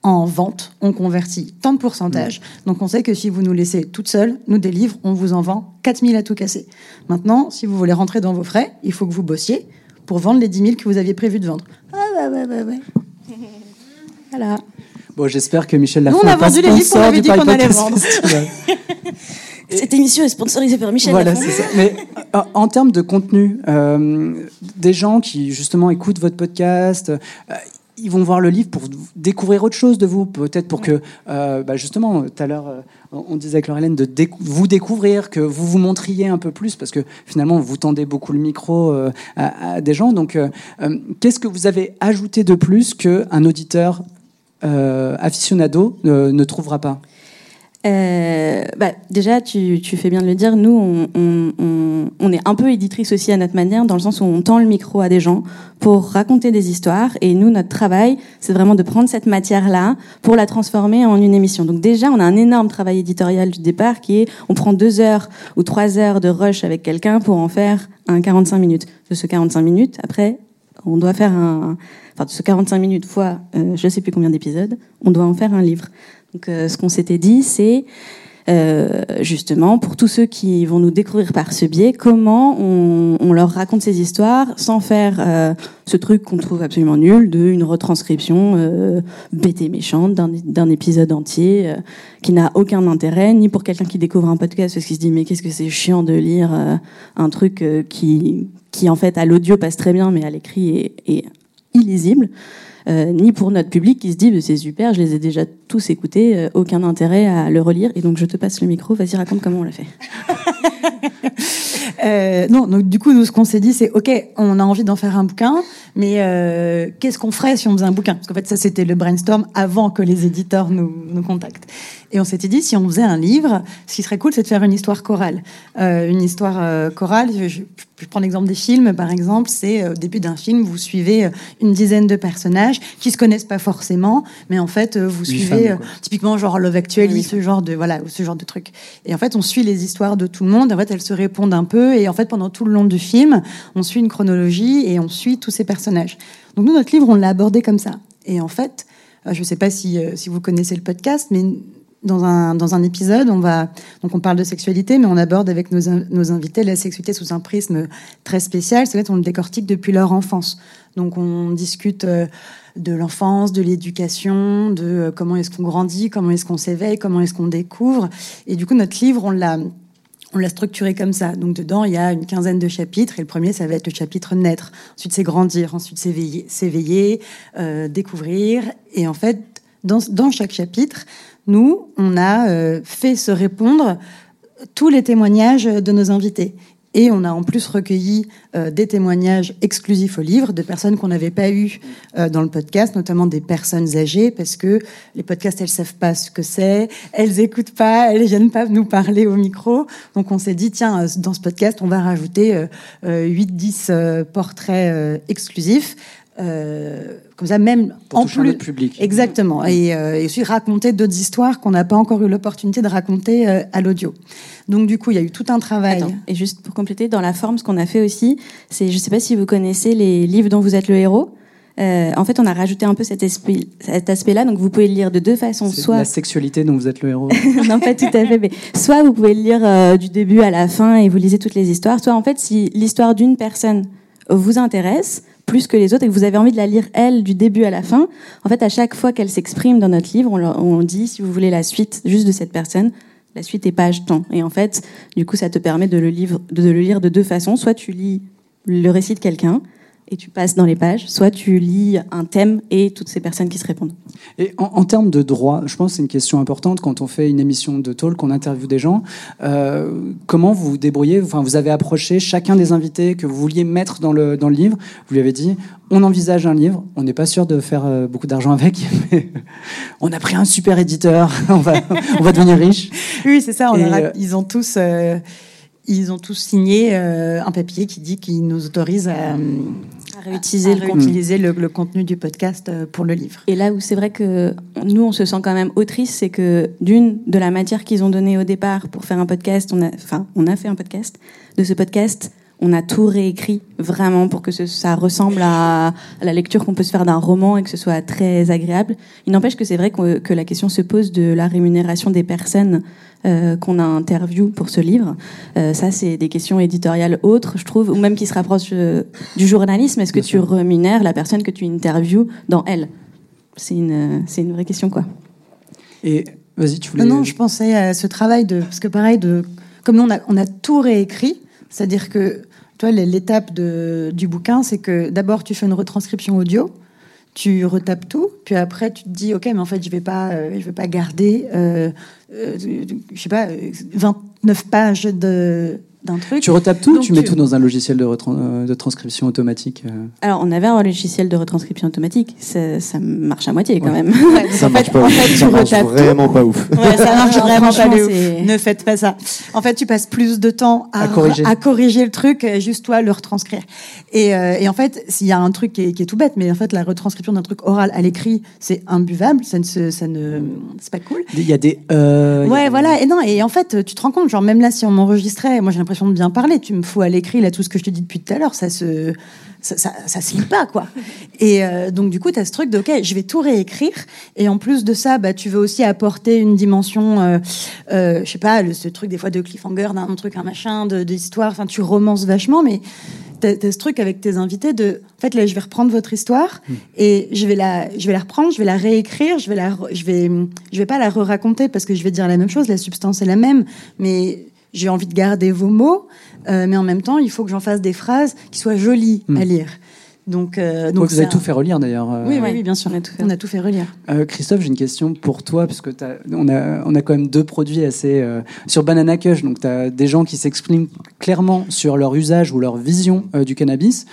en vente, on convertit tant de pourcentage. Donc on sait que si vous nous laissez toute seule, nous des livres, on vous en vend 4000 à tout casser. Maintenant, si vous voulez rentrer dans vos frais, il faut que vous bossiez pour vendre les 10 000 que vous aviez prévu de vendre. Ouais. Voilà. Bon, j'espère que Michel Nous, on a vendu les livres qu'on avait dit qu'on allait vendre. Cette émission est sponsorisée par Michel Voilà, Lafon. c'est ça. Mais en termes de contenu, des gens qui justement écoutent votre podcast, ils vont voir le livre pour découvrir autre chose de vous, peut-être pour que, justement, tout à l'heure, on disait avec Laure-Hélène de vous découvrir, que vous vous montriez un peu plus, parce que finalement, vous tendez beaucoup le micro à des gens. Donc, qu'est-ce que vous avez ajouté de plus qu'un auditeur aficionado ne trouvera pas? Déjà, tu fais bien de le dire. Nous, on est un peu éditrice aussi à notre manière, dans le sens où on tend le micro à des gens pour raconter des histoires. Et nous, notre travail, c'est vraiment de prendre cette matière-là pour la transformer en une émission. Donc déjà, on a un énorme travail éditorial du départ qui est, on prend 2 heures ou 3 heures de rush avec quelqu'un pour en faire un 45 minutes. De ce 45 minutes, après, on doit faire de ce 45 minutes fois, je sais plus combien d'épisodes, on doit en faire un livre. Donc, ce qu'on s'était dit, c'est justement pour tous ceux qui vont nous découvrir par ce biais, comment on leur raconte ces histoires sans faire ce truc qu'on trouve absolument nul, une retranscription bête et méchante d'un épisode entier qui n'a aucun intérêt, ni pour quelqu'un qui découvre un podcast parce qu'il se dit mais qu'est-ce que c'est chiant de lire un truc qui en fait à l'audio passe très bien mais à l'écrit est illisible. Ni pour notre public qui se dit c'est super, je les ai déjà tous écoutés, aucun intérêt à le relire. Et donc je te passe le micro, vas-y raconte comment on l'a fait. Non, donc du coup nous ce qu'on s'est dit c'est ok, on a envie d'en faire un bouquin, mais qu'est-ce qu'on ferait si on faisait un bouquin? Parce qu'en fait ça c'était le brainstorm avant que les éditeurs nous contactent. Et on s'était dit si on faisait un livre, ce qui serait cool c'est de faire une histoire chorale. Une histoire chorale, je prends l'exemple des films par exemple, c'est au début d'un film vous suivez une dizaine de personnages qui se connaissent pas forcément, mais en fait vous suivez typiquement genre Love Actually, ce genre de truc. Et en fait on suit les histoires de tout le monde, en fait elles se répondent un peu et en fait pendant tout le long du film on suit une chronologie et on suit tous ces personnages. Donc nous notre livre on l'a abordé comme ça. Et en fait je sais pas si vous connaissez le podcast, mais dans un épisode, on parle de sexualité, mais on aborde avec nos invités la sexualité sous un prisme très spécial. C'est-à-dire qu'on le décortique depuis leur enfance. Donc on discute de l'enfance, de l'éducation, de comment est-ce qu'on grandit, comment est-ce qu'on s'éveille, comment est-ce qu'on découvre. Et du coup, notre livre, on l'a structuré comme ça. Donc dedans, il y a une 15aine de chapitres. Et le premier, ça va être le chapitre naître. Ensuite, c'est grandir. Ensuite, s'éveiller, découvrir. Et en fait, dans chaque chapitre, nous, on a fait se répondre tous les témoignages de nos invités. Et on a en plus recueilli des témoignages exclusifs au livre de personnes qu'on n'avait pas eues dans le podcast, notamment des personnes âgées, parce que les podcasts, elles savent pas ce que c'est, elles écoutent pas, elles viennent pas nous parler au micro. Donc on s'est dit, tiens, dans ce podcast, on va rajouter 8-10 portraits exclusifs. Comme ça même pour en toucher plus notre public. Exactement et aussi raconter d'autres histoires qu'on n'a pas encore eu l'opportunité de raconter à l'audio. Donc du coup il y a eu tout un travail. Attends, et juste pour compléter dans la forme, ce qu'on a fait aussi, c'est, je sais pas si vous connaissez les livres dont vous êtes le héros. En fait, on a rajouté un peu cet aspect-là, donc vous pouvez le lire de 2 façons. C'est soit la sexualité dont vous êtes le héros. non, pas tout à fait, mais soit vous pouvez le lire du début à la fin et vous lisez toutes les histoires, soit en fait si l'histoire d'une personne vous intéresse plus que les autres et que vous avez envie de la lire elle du début à la fin, en fait à chaque fois qu'elle s'exprime dans notre livre, on dit si vous voulez la suite juste de cette personne, la suite est page temps. Et en fait, du coup, ça te permet de le lire de 2 façons. Soit tu lis le récit de quelqu'un et tu passes dans les pages, soit tu lis un thème et toutes ces personnes qui se répondent. Et en termes de droit, je pense que c'est une question importante quand on fait une émission de talk, qu'on interviewe des gens. Comment vous vous débrouillez? Enfin, vous avez approché chacun des invités que vous vouliez mettre dans le livre. Vous lui avez dit, on envisage un livre, on n'est pas sûr de faire beaucoup d'argent avec, mais on a pris un super éditeur, on va devenir riche. Oui, c'est ça. Ils ont tous signé un papier qui dit qu'ils nous autorisent à réutiliser le contenu du podcast pour le livre. Et là où c'est vrai que nous, on se sent quand même autrice, c'est que de la matière qu'ils ont donnée au départ pour faire un podcast, on a fait un podcast. De ce podcast, on a tout réécrit vraiment pour que ça ressemble à la lecture qu'on peut se faire d'un roman et que ce soit très agréable. Il n'empêche que c'est vrai que la question se pose de la rémunération des personnes qu'on a interview pour ce livre. Ça, c'est des questions éditoriales autres, je trouve, ou même qui se rapprochent du journalisme. Est-ce que tu rémunères la personne que tu interviews dans elle ? C'est une vraie question, quoi. Et vas-y, tu voulais... Non, je pensais à ce travail parce que pareil, comme nous, on a tout réécrit, c'est-à-dire que, toi, l'étape du bouquin, c'est que d'abord, tu fais une retranscription audio, tu retapes tout, puis après, tu te dis, OK, mais en fait, je vais pas garder, je sais pas, 29 pages d'un truc. Tu retapes tout, donc tu mets tout dans un logiciel de transcription automatique. Alors, on avait un logiciel de retranscription automatique. Ça marche à moitié, quand même. Ouais, Ça marche pas ouf. Ça marche vraiment pas ouf. Ouais, ça marche vraiment pas franchement, de ouf. Ne faites pas ça. En fait, tu passes plus de temps à corriger le truc, juste toi le retranscrire. Et en fait, s'il y a un truc qui est tout bête, mais en fait, la retranscription d'un truc oral à l'écrit, c'est imbuvable. C'est pas cool. Il y a des... Ouais, voilà. Et en fait, tu te rends compte, genre, même là, si on m'enregistrait, moi, j'ai l'impression de bien parler. Tu me fous à l'écrit, là, tout ce que je te dis depuis tout à l'heure, ça se lit pas, quoi. Et donc, du coup, tu as ce truc de, OK, je vais tout réécrire. Et en plus de ça, bah, tu veux aussi apporter une dimension, je sais pas, ce truc, des fois, de cliffhanger, d'un truc, un machin, d'histoire. Enfin, tu romances vachement, mais t'as ce truc avec tes invités en fait, là, je vais reprendre votre histoire et je vais la reprendre, je vais la réécrire, je vais pas la re-raconter parce que je vais dire la même chose, la substance est la même, mais j'ai envie de garder vos mots, mais en même temps, il faut que j'en fasse des phrases qui soient jolies à lire. Donc vous avez tout fait relire, d'ailleurs. Oui, bien sûr, on a tout fait relire. Christophe, j'ai une question pour toi, parce que on a quand même deux produits assez... sur Banana Kush, donc tu as des gens qui s'expriment clairement sur leur usage ou leur vision du cannabis.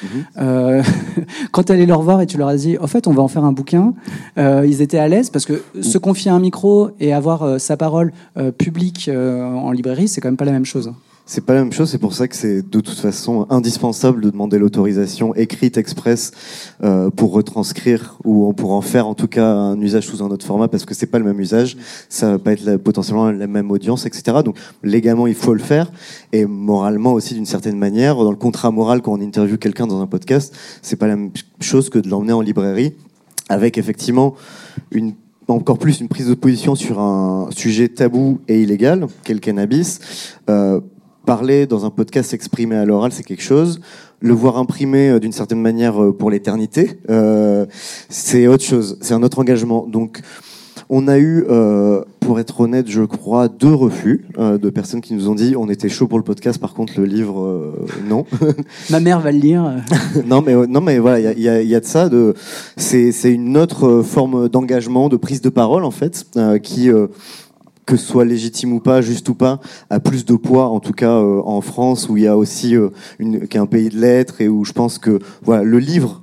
Quand tu allais leur voir et tu leur as dit, en fait, on va en faire un bouquin, ils étaient à l'aise, parce que se confier à un micro et avoir sa parole publique en librairie, c'est quand même pas la même chose. C'est pas la même chose, c'est pour ça que c'est de toute façon indispensable de demander l'autorisation écrite express pour retranscrire ou pour en faire en tout cas un usage sous un autre format, parce que c'est pas le même usage, ça va pas être potentiellement la même audience, etc. Donc légalement il faut le faire, et moralement aussi d'une certaine manière. Dans le contrat moral, quand on interviewe quelqu'un dans un podcast, c'est pas la même chose que de l'emmener en librairie, avec effectivement encore plus une prise de position sur un sujet tabou et illégal qu'est le cannabis. Parler dans un podcast, s'exprimer à l'oral, c'est quelque chose. Le voir imprimé d'une certaine manière pour l'éternité, c'est autre chose. C'est un autre engagement. Donc, on a eu, pour être honnête, je crois, 2 refus de personnes qui nous ont dit on était chaud pour le podcast, par contre le livre, non. Ma mère va le lire. non, mais voilà, il y a de ça. C'est une autre forme d'engagement, de prise de parole en fait, qui que ce soit légitime ou pas, juste ou pas, a plus de poids, en tout cas en France, où il y a aussi qui est un pays de lettres, et où je pense que voilà, le livre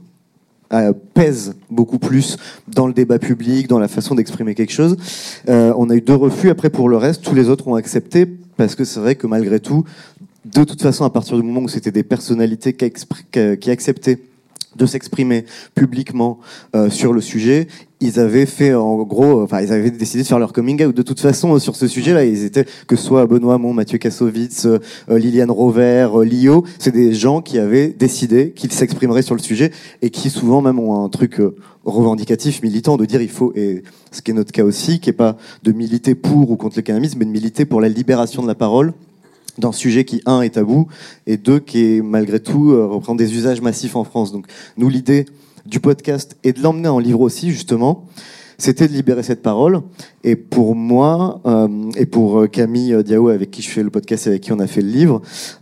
pèse beaucoup plus dans le débat public, dans la façon d'exprimer quelque chose. On a eu 2 refus. Après, pour le reste, tous les autres ont accepté, parce que c'est vrai que malgré tout, de toute façon, à partir du moment où c'était des personnalités qui acceptaient de s'exprimer publiquement sur le sujet, ils avaient fait ils avaient décidé de faire leur coming out. De toute façon, sur ce sujet-là, ils étaient, que ce soit Benoît Hamon, Mathieu Kassovitz, Liliane Rover, Lio, c'est des gens qui avaient décidé qu'ils s'exprimeraient sur le sujet, et qui souvent même ont un truc revendicatif, militant, de dire il faut, et ce qui est notre cas aussi, qui est pas de militer pour ou contre le cannabis, mais de militer pour la libération de la parole d'un sujet qui, 1, est tabou, et 2, qui est, malgré tout, reprend des usages massifs en France. Donc, nous, l'idée du podcast, et de l'emmener en livre aussi, justement, c'était de libérer cette parole. Et pour moi, et pour Camille Diao, avec qui je fais le podcast et avec qui on a fait le livre,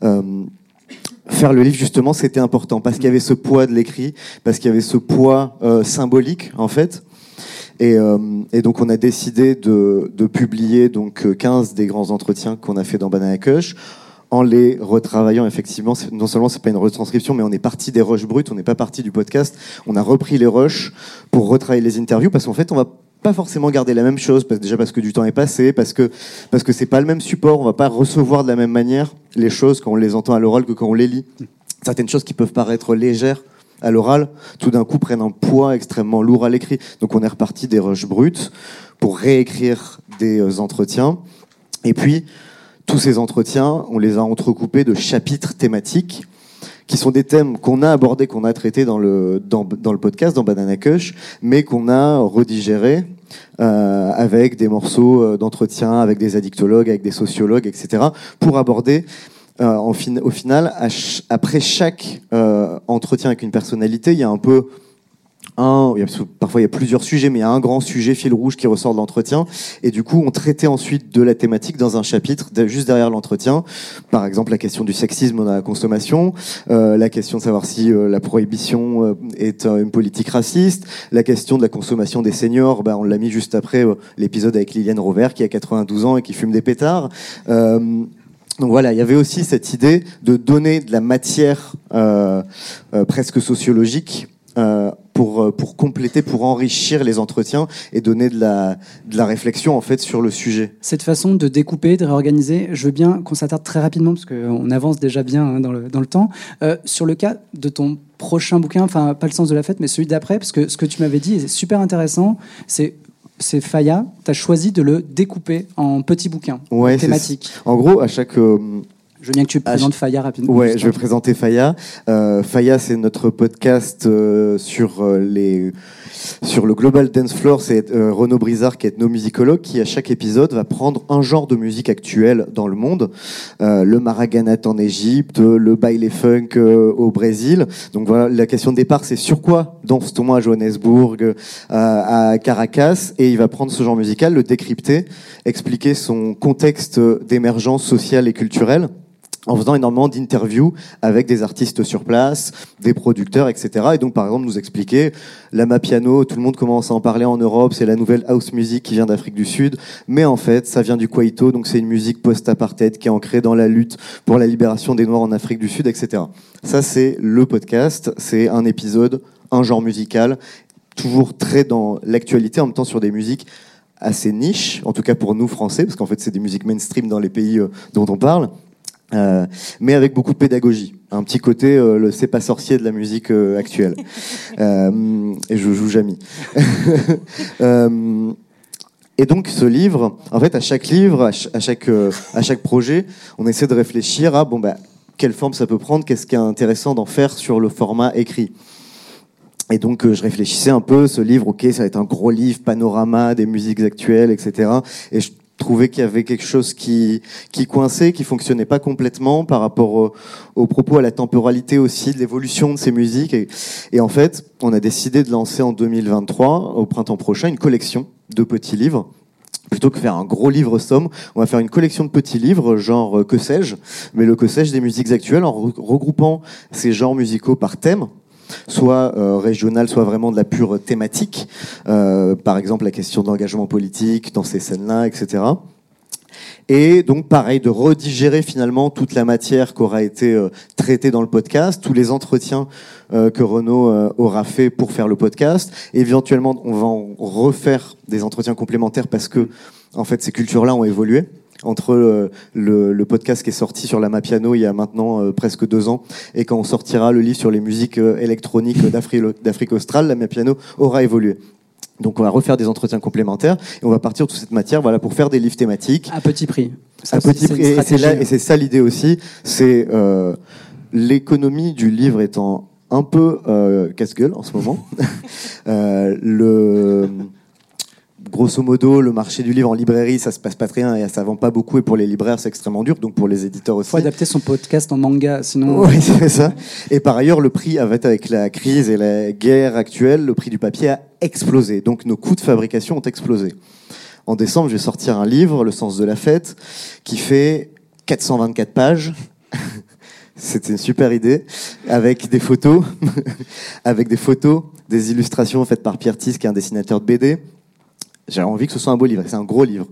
faire le livre, justement, c'était important, parce qu'il y avait ce poids de l'écrit, parce qu'il y avait ce poids symbolique, en fait. Et donc on a décidé de publier donc 15 des grands entretiens qu'on a fait dans Banana Kush, en les retravaillant. Effectivement, non seulement c'est pas une retranscription, mais on est parti des rushs bruts, on n'est pas parti du podcast, on a repris les rushs pour retravailler les interviews, parce qu'en fait on va pas forcément garder la même chose, parce que du temps est passé, parce que c'est pas le même support, on va pas recevoir de la même manière les choses quand on les entend à l'oral que quand on les lit. Certaines choses qui peuvent paraître légères à l'oral, tout d'un coup prennent un poids extrêmement lourd à l'écrit. Donc on est reparti des rushs bruts pour réécrire des entretiens. Et puis, tous ces entretiens, on les a entrecoupés de chapitres thématiques qui sont des thèmes qu'on a abordés, qu'on a traités dans le podcast, dans Banana Kush, mais qu'on a redigérés avec des morceaux d'entretien, avec des addictologues, avec des sociologues, etc., pour aborder au final, après chaque entretien avec une personnalité, il y a un peu parfois il y a plusieurs sujets, mais il y a un grand sujet fil rouge qui ressort de l'entretien. Et du coup, on traitait ensuite de la thématique dans un chapitre juste derrière l'entretien. Par exemple, la question du sexisme dans la consommation, la question de savoir si la prohibition est une politique raciste, la question de la consommation des seniors. On l'a mis juste après l'épisode avec Liliane Rovert qui a 92 ans et qui fume des pétards. Donc voilà, il y avait aussi cette idée de donner de la matière presque sociologique pour compléter, pour enrichir les entretiens et donner de la réflexion en fait sur le sujet. Cette façon de découper, de réorganiser, je veux bien qu'on s'attarde très rapidement parce qu'on avance déjà bien dans le temps. Sur le cas de ton prochain bouquin, enfin pas le sens de la fête, mais celui d'après, parce que ce que tu m'avais dit est super intéressant, c'est Faya, tu as choisi de le découper en petits bouquins thématiques. En gros, à chaque... Je veux bien que tu présentes Faya rapidement. Ouais, je vais présenter Faya. Faya, c'est notre podcast sur le Global Dance Floor. C'est Renaud Brizard, qui est ethnomusicologue, qui à chaque épisode va prendre un genre de musique actuelle dans le monde. Le maraganat en Égypte, le baile funk au Brésil. Donc voilà, la question de départ, c'est sur quoi danse-t-on à Johannesburg, à Caracas, et il va prendre ce genre musical, le décrypter, expliquer son contexte d'émergence sociale et culturelle, en faisant énormément d'interviews avec des artistes sur place, des producteurs, etc. Et donc, par exemple, nous expliquer l'amapiano, tout le monde commence à en parler en Europe, c'est la nouvelle house music qui vient d'Afrique du Sud, mais en fait, ça vient du Kwaito, donc c'est une musique post-apartheid qui est ancrée dans la lutte pour la libération des Noirs en Afrique du Sud, etc. Ça, c'est le podcast, c'est un épisode, un genre musical, toujours très dans l'actualité, en même temps sur des musiques assez niches, en tout cas pour nous, Français, parce qu'en fait, c'est des musiques mainstream dans les pays dont on parle. Mais avec beaucoup de pédagogie, un petit côté le c'est pas sorcier de la musique actuelle. Et je joue Jamy. Et donc ce livre, en fait, à chaque livre, à chaque projet, on essaie de réfléchir à quelle forme ça peut prendre, qu'est-ce qui est intéressant d'en faire sur le format écrit. Et donc je réfléchissais un peu, ce livre, ok, ça va être un gros livre, panorama des musiques actuelles, etc. Et je trouvais qu'il y avait quelque chose qui coinçait, qui fonctionnait pas complètement par rapport au propos, à la temporalité aussi, de l'évolution de ces musiques. Et en fait, on a décidé de lancer en 2023, au printemps prochain, une collection de petits livres. Plutôt que faire un gros livre somme, on va faire une collection de petits livres, genre que sais-je, mais le que sais-je des musiques actuelles, en regroupant ces genres musicaux par thème, soit régional, soit vraiment de la pure thématique, par exemple la question d'engagement politique dans ces scènes-là, etc. Et donc pareil, de redigérer finalement toute la matière qui aura été traitée dans le podcast, tous les entretiens que Renaud aura fait pour faire le podcast. Et éventuellement, on va en refaire des entretiens complémentaires parce que en fait ces cultures-là ont évolué. Entre le podcast qui est sorti sur l'amapiano il y a maintenant presque 2 ans et quand on sortira le livre sur les musiques électroniques d'Afrique australe, l'amapiano aura évolué. Donc on va refaire des entretiens complémentaires et on va partir de toute cette matière pour faire des livres thématiques. À petit prix. À petit prix. Et c'est ça l'idée aussi, c'est l'économie du livre étant un peu casse-gueule en ce moment. Grosso modo, le marché du livre en librairie, ça se passe pas très bien et ça vend pas beaucoup. Et pour les libraires, c'est extrêmement dur. Donc pour les éditeurs aussi. Il faut adapter son podcast en manga, sinon. Oui, c'est ça. Et par ailleurs, le prix, avec la crise et la guerre actuelle, le prix du papier a explosé. Donc nos coûts de fabrication ont explosé. En décembre, je vais sortir un livre, Le sens de la fête, qui fait 424 pages. C'était une super idée, avec des photos, des illustrations faites par Pierre Thies, qui est un dessinateur de BD. J'avais envie que ce soit un beau livre. C'est un gros livre.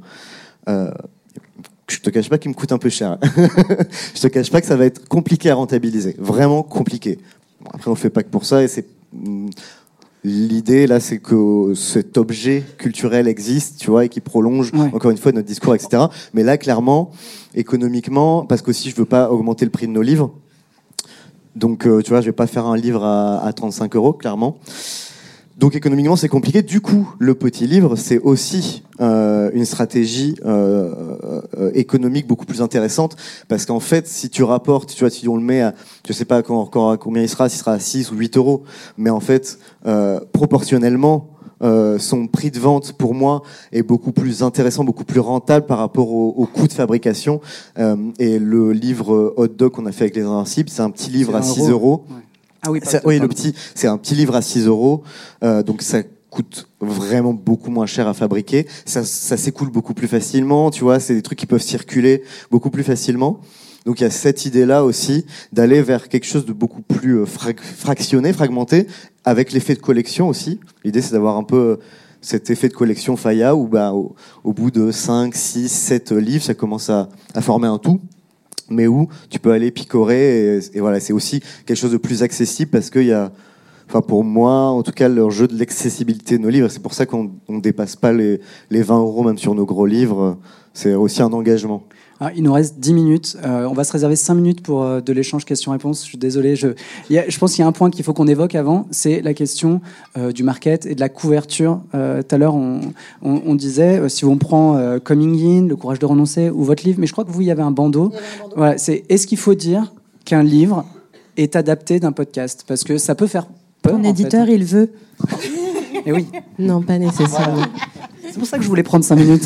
Je te cache pas qu'il me coûte un peu cher. Je te cache pas que ça va être compliqué à rentabiliser. Vraiment compliqué. Bon, après, on le fait pas que pour ça. Et l'idée, là, c'est que cet objet culturel existe, tu vois, et qui prolonge, encore une fois, notre discours, etc. Mais là, clairement, économiquement, parce qu'aussi, je veux pas augmenter le prix de nos livres. Donc, tu vois, je vais pas faire un livre à 35 €, clairement. Donc économiquement c'est compliqué. Du coup, le petit livre c'est aussi une stratégie économique beaucoup plus intéressante, parce qu'en fait si tu rapportes, tu vois, si on le met à, je sais pas encore à combien il sera à 6 ou 8 euros, mais en fait proportionnellement son prix de vente pour moi est beaucoup plus intéressant, beaucoup plus rentable par rapport au coût de fabrication. Et le livre Hot Dog qu'on a fait avec les Invincibles, c'est un petit livre à 6 euros. Ouais. Ah oui, c'est un petit livre à 6 euros. Donc ça coûte vraiment beaucoup moins cher à fabriquer. Ça s'écoule beaucoup plus facilement. Tu vois, c'est des trucs qui peuvent circuler beaucoup plus facilement. Donc il y a cette idée-là aussi d'aller vers quelque chose de beaucoup plus fractionné, fragmenté, avec l'effet de collection aussi. L'idée c'est d'avoir un peu cet effet de collection Faya où au bout de 5, 6, 7 livres, ça commence à former un tout, mais où tu peux aller picorer et voilà, c'est aussi quelque chose de plus accessible parce qu'il y a, enfin pour moi en tout cas, le jeu de l'accessibilité de nos livres, c'est pour ça qu'on ne dépasse pas les 20 euros même sur nos gros livres, c'est aussi un engagement. Il nous reste 10 minutes. On va se réserver 5 minutes pour de l'échange questions-réponses. Je suis désolé. Je pense qu'il y a un point qu'il faut qu'on évoque avant. C'est la question du market et de la couverture. Tout à l'heure, on disait, si on prend Coming In, Le courage de renoncer ou votre livre, mais je crois que vous, il y avait un bandeau. Voilà, est-ce qu'il faut dire qu'un livre est adapté d'un podcast? Parce que ça peut faire peur. Ton éditeur, il veut. Et oui. Non, pas nécessairement. C'est pour ça que je voulais prendre 5 minutes.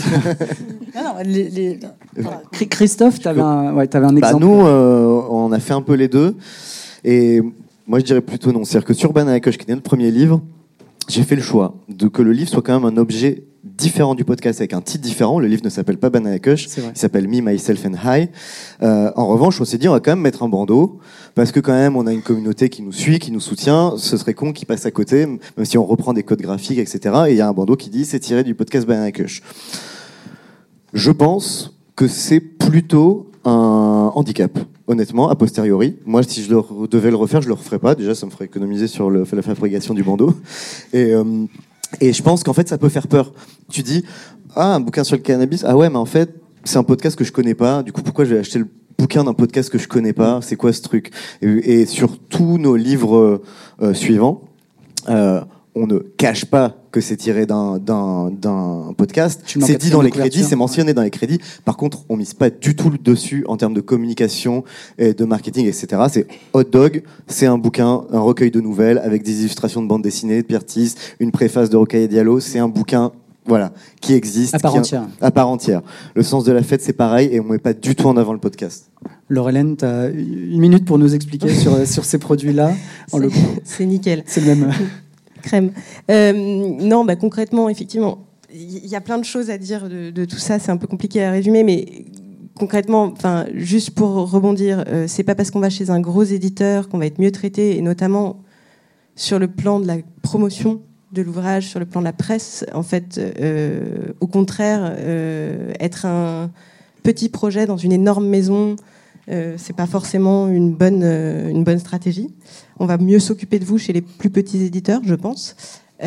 Christophe, t'avais un exemple. Nous, on a fait un peu les deux. Et moi, je dirais plutôt non. C'est-à-dire que sur Banana Kush, qui est notre premier livre, j'ai fait le choix que le livre soit quand même un objet différent du podcast, avec un titre différent. Le livre ne s'appelle pas Banana Kush, il s'appelle Me, Myself and I. En revanche, on s'est dit, on va quand même mettre un bandeau, parce que quand même, on a une communauté qui nous suit, qui nous soutient. Ce serait con qu'ils passent à côté, même si on reprend des codes graphiques, etc. Et il y a un bandeau qui dit, c'est tiré du podcast Banana Kush. Je pense que c'est plutôt un handicap, honnêtement, a posteriori. Moi, si je devais le refaire, je le referais pas. Déjà, ça me ferait économiser sur la fabrication du bandeau. Et je pense qu'en fait, ça peut faire peur. Tu dis, un bouquin sur le cannabis, ah ouais, mais en fait, c'est un podcast que je connais pas. Du coup, pourquoi je vais acheter le bouquin d'un podcast que je connais pas? C'est quoi ce truc? Et sur tous nos livres suivants, on ne cache pas que c'est tiré d'un podcast. C'est dit dans les crédits, c'est mentionné dans les crédits. Par contre, on mise pas du tout dessus en termes de communication et de marketing, etc. C'est Hot Dog, c'est un bouquin, un recueil de nouvelles avec des illustrations de bande dessinée, de Pierre Thies, une préface de Rocaille Diallo. C'est un bouquin, voilà, qui existe. À part entière. Le sens de la fête, c'est pareil, et on met pas du tout en avant le podcast. Laure-Hélène, tu as 1 minute pour nous expliquer sur ces produits-là. C'est nickel. C'est le même... crème. Non, concrètement, effectivement, il y a plein de choses à dire de tout ça. C'est un peu compliqué à résumer, mais concrètement, juste pour rebondir, c'est pas parce qu'on va chez un gros éditeur qu'on va être mieux traité, et notamment sur le plan de la promotion de l'ouvrage, sur le plan de la presse. En fait, au contraire, être un petit projet dans une énorme maison, c'est pas forcément une bonne stratégie. On va mieux s'occuper de vous chez les plus petits éditeurs, je pense.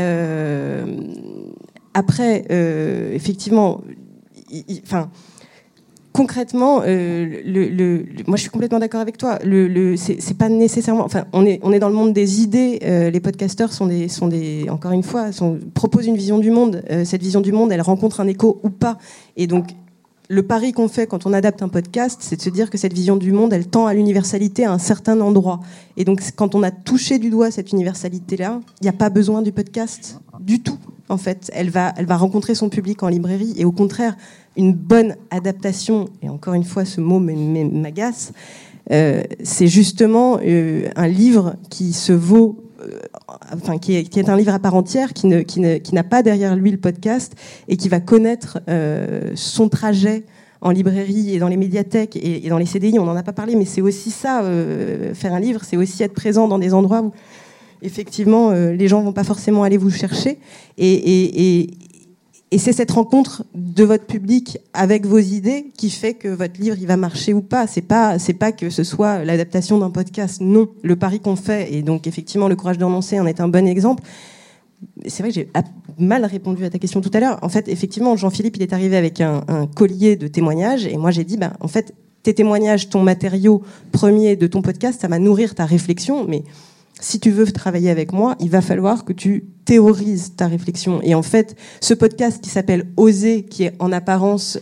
Après, effectivement, concrètement, moi je suis complètement d'accord avec toi. C'est pas nécessairement. On est dans le monde des idées. Les podcasteurs sont des encore une fois, proposent une vision du monde. Cette vision du monde, elle rencontre un écho ou pas. Et donc, le pari qu'on fait quand on adapte un podcast, c'est de se dire que cette vision du monde, elle tend à l'universalité à un certain endroit. Et donc, quand on a touché du doigt cette universalité-là, il n'y a pas besoin du podcast du tout, en fait. Elle va rencontrer son public en librairie. Et au contraire, une bonne adaptation, et encore une fois, ce mot m'agace, c'est justement un livre qui se vaut... qui est un livre à part entière, qui n'a pas derrière lui le podcast et qui va connaître son trajet en librairie et dans les médiathèques et dans les CDI. On n'en a pas parlé, mais c'est aussi ça, faire un livre, c'est aussi être présent dans des endroits où effectivement les gens vont pas forcément aller vous chercher et c'est cette rencontre de votre public avec vos idées qui fait que votre livre il va marcher ou pas. C'est pas que ce soit l'adaptation d'un podcast. Non, le pari qu'on fait, et donc effectivement le courage de renoncer en est un bon exemple. C'est vrai que j'ai mal répondu à ta question tout à l'heure. En fait, effectivement, Jean-Philippe il est arrivé avec un collier de témoignages et moi j'ai dit en fait tes témoignages, ton matériau premier de ton podcast, ça va nourrir ta réflexion, mais si tu veux travailler avec moi, il va falloir que tu théorises ta réflexion. Et en fait, ce podcast qui s'appelle Oser, qui est en apparence,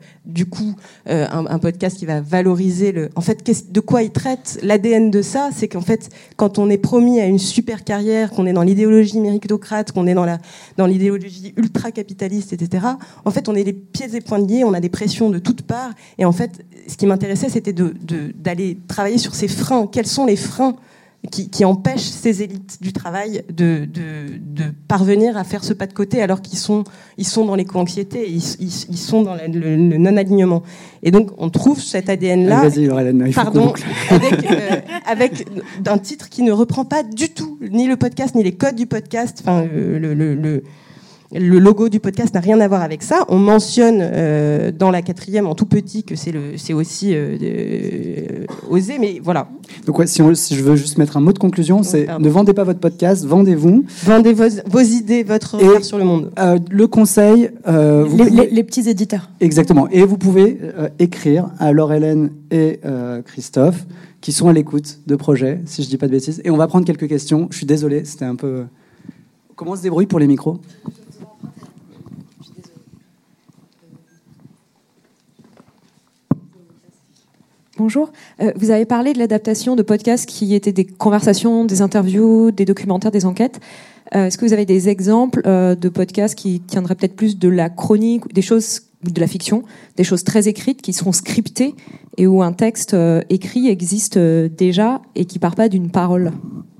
un podcast qui va valoriser en fait, de quoi il traite. L'ADN de ça, c'est qu'en fait, quand on est promis à une super carrière, qu'on est dans l'idéologie méritocrate, qu'on est dans l'idéologie ultra-capitaliste, etc., en fait, on est les pieds et poings liés, on a des pressions de toutes parts. Et en fait, ce qui m'intéressait, c'était d'aller travailler sur ces freins. Quels sont les freins qui empêchent ces élites du travail de parvenir à faire ce pas de côté alors qu'ils sont dans l'éco-anxiété, ils sont dans le non-alignement. Et donc, on trouve cet ADN-là, vas-y, Laurelène, il faut qu'on avec un titre qui ne reprend pas du tout ni le podcast, ni les codes du podcast, enfin, le logo du podcast n'a rien à voir avec ça. On mentionne dans la 4e en tout petit que c'est aussi Oser, mais voilà. Donc ouais, si je veux juste mettre un mot de conclusion, c'est ne vendez pas votre podcast, vendez-vous. Vendez vos idées, votre regard sur le monde. Le conseil... les petits éditeurs. Exactement. Et vous pouvez écrire à Laurelène et Christophe, qui sont à l'écoute de projets, si je dis pas de bêtises. Et on va prendre quelques questions. Je suis désolé, c'était un peu... Comment on se débrouille pour les micros ? Bonjour. Vous avez parlé de l'adaptation de podcasts qui étaient des conversations, des interviews, des documentaires, des enquêtes. Est-ce que vous avez des exemples de podcasts qui tiendraient peut-être plus de la chronique, des choses de la fiction, des choses très écrites qui seront scriptées et où un texte écrit existe déjà et qui part pas d'une parole ?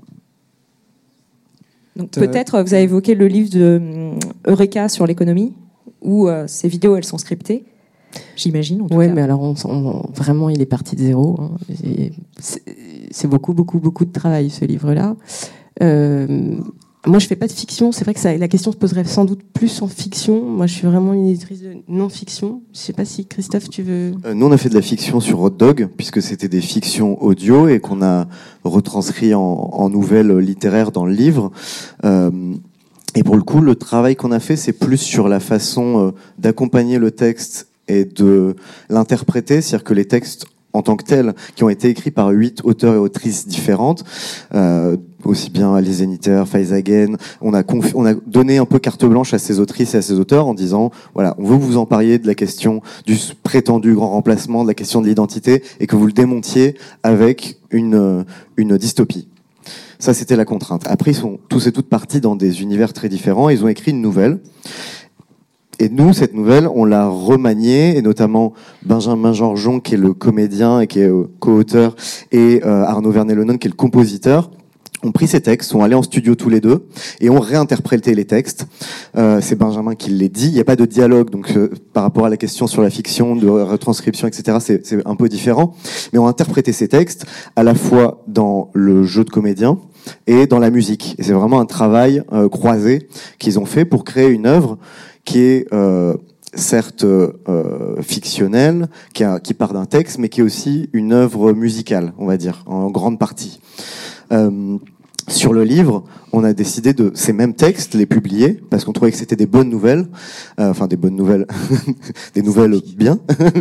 Donc peut-être, vous avez évoqué le livre de Eureka sur l'économie, où ces vidéos, elles sont scriptées. J'imagine, en tout cas. Oui, mais alors, vraiment, il est parti de zéro. Hein. C'est beaucoup, beaucoup, beaucoup de travail, ce livre-là. Moi, je fais pas de fiction. C'est vrai que la question se poserait sans doute plus en fiction. Moi, je suis vraiment une éditrice de non-fiction. Je sais pas si, Christophe, tu veux... Nous, on a fait de la fiction sur Hot Dog, puisque c'était des fictions audio et qu'on a retranscrit en nouvelles littéraires dans le livre. Et pour le coup, le travail qu'on a fait, c'est plus sur la façon d'accompagner le texte et de l'interpréter, c'est-à-dire que les textes en tant que tels, qui ont été écrits par 8 auteurs et autrices différentes, aussi bien Alice Zeniter, Faiza Again, on a donné un peu carte blanche à ces autrices et à ces auteurs en disant, voilà, on veut que vous en parliez de la question du prétendu grand remplacement, de la question de l'identité, et que vous le démontiez avec une dystopie. Ça, c'était la contrainte. Après, ils sont tous et toutes partis dans des univers très différents, et ils ont écrit une nouvelle. Et nous, cette nouvelle, on l'a remaniée, et notamment Benjamin Georgeon, qui est le comédien et qui est co-auteur, et Arnaud Vernet-Lenon, qui est le compositeur, ont pris ces textes, sont allés en studio tous les deux, et ont réinterprété les textes. C'est Benjamin qui les dit. Il n'y a pas de dialogue, donc par rapport à la question sur la fiction, de retranscription, etc., c'est un peu différent. Mais ont interprété ces textes à la fois dans le jeu de comédien et dans la musique. Et c'est vraiment un travail croisé qu'ils ont fait pour créer une œuvre qui est certes fictionnelle, qui part d'un texte, mais qui est aussi une œuvre musicale, on va dire, en grande partie. Sur le livre, on a décidé de ces mêmes textes les publier parce qu'on trouvait que c'était des bonnes nouvelles, enfin des bonnes nouvelles, des nouvelles bien,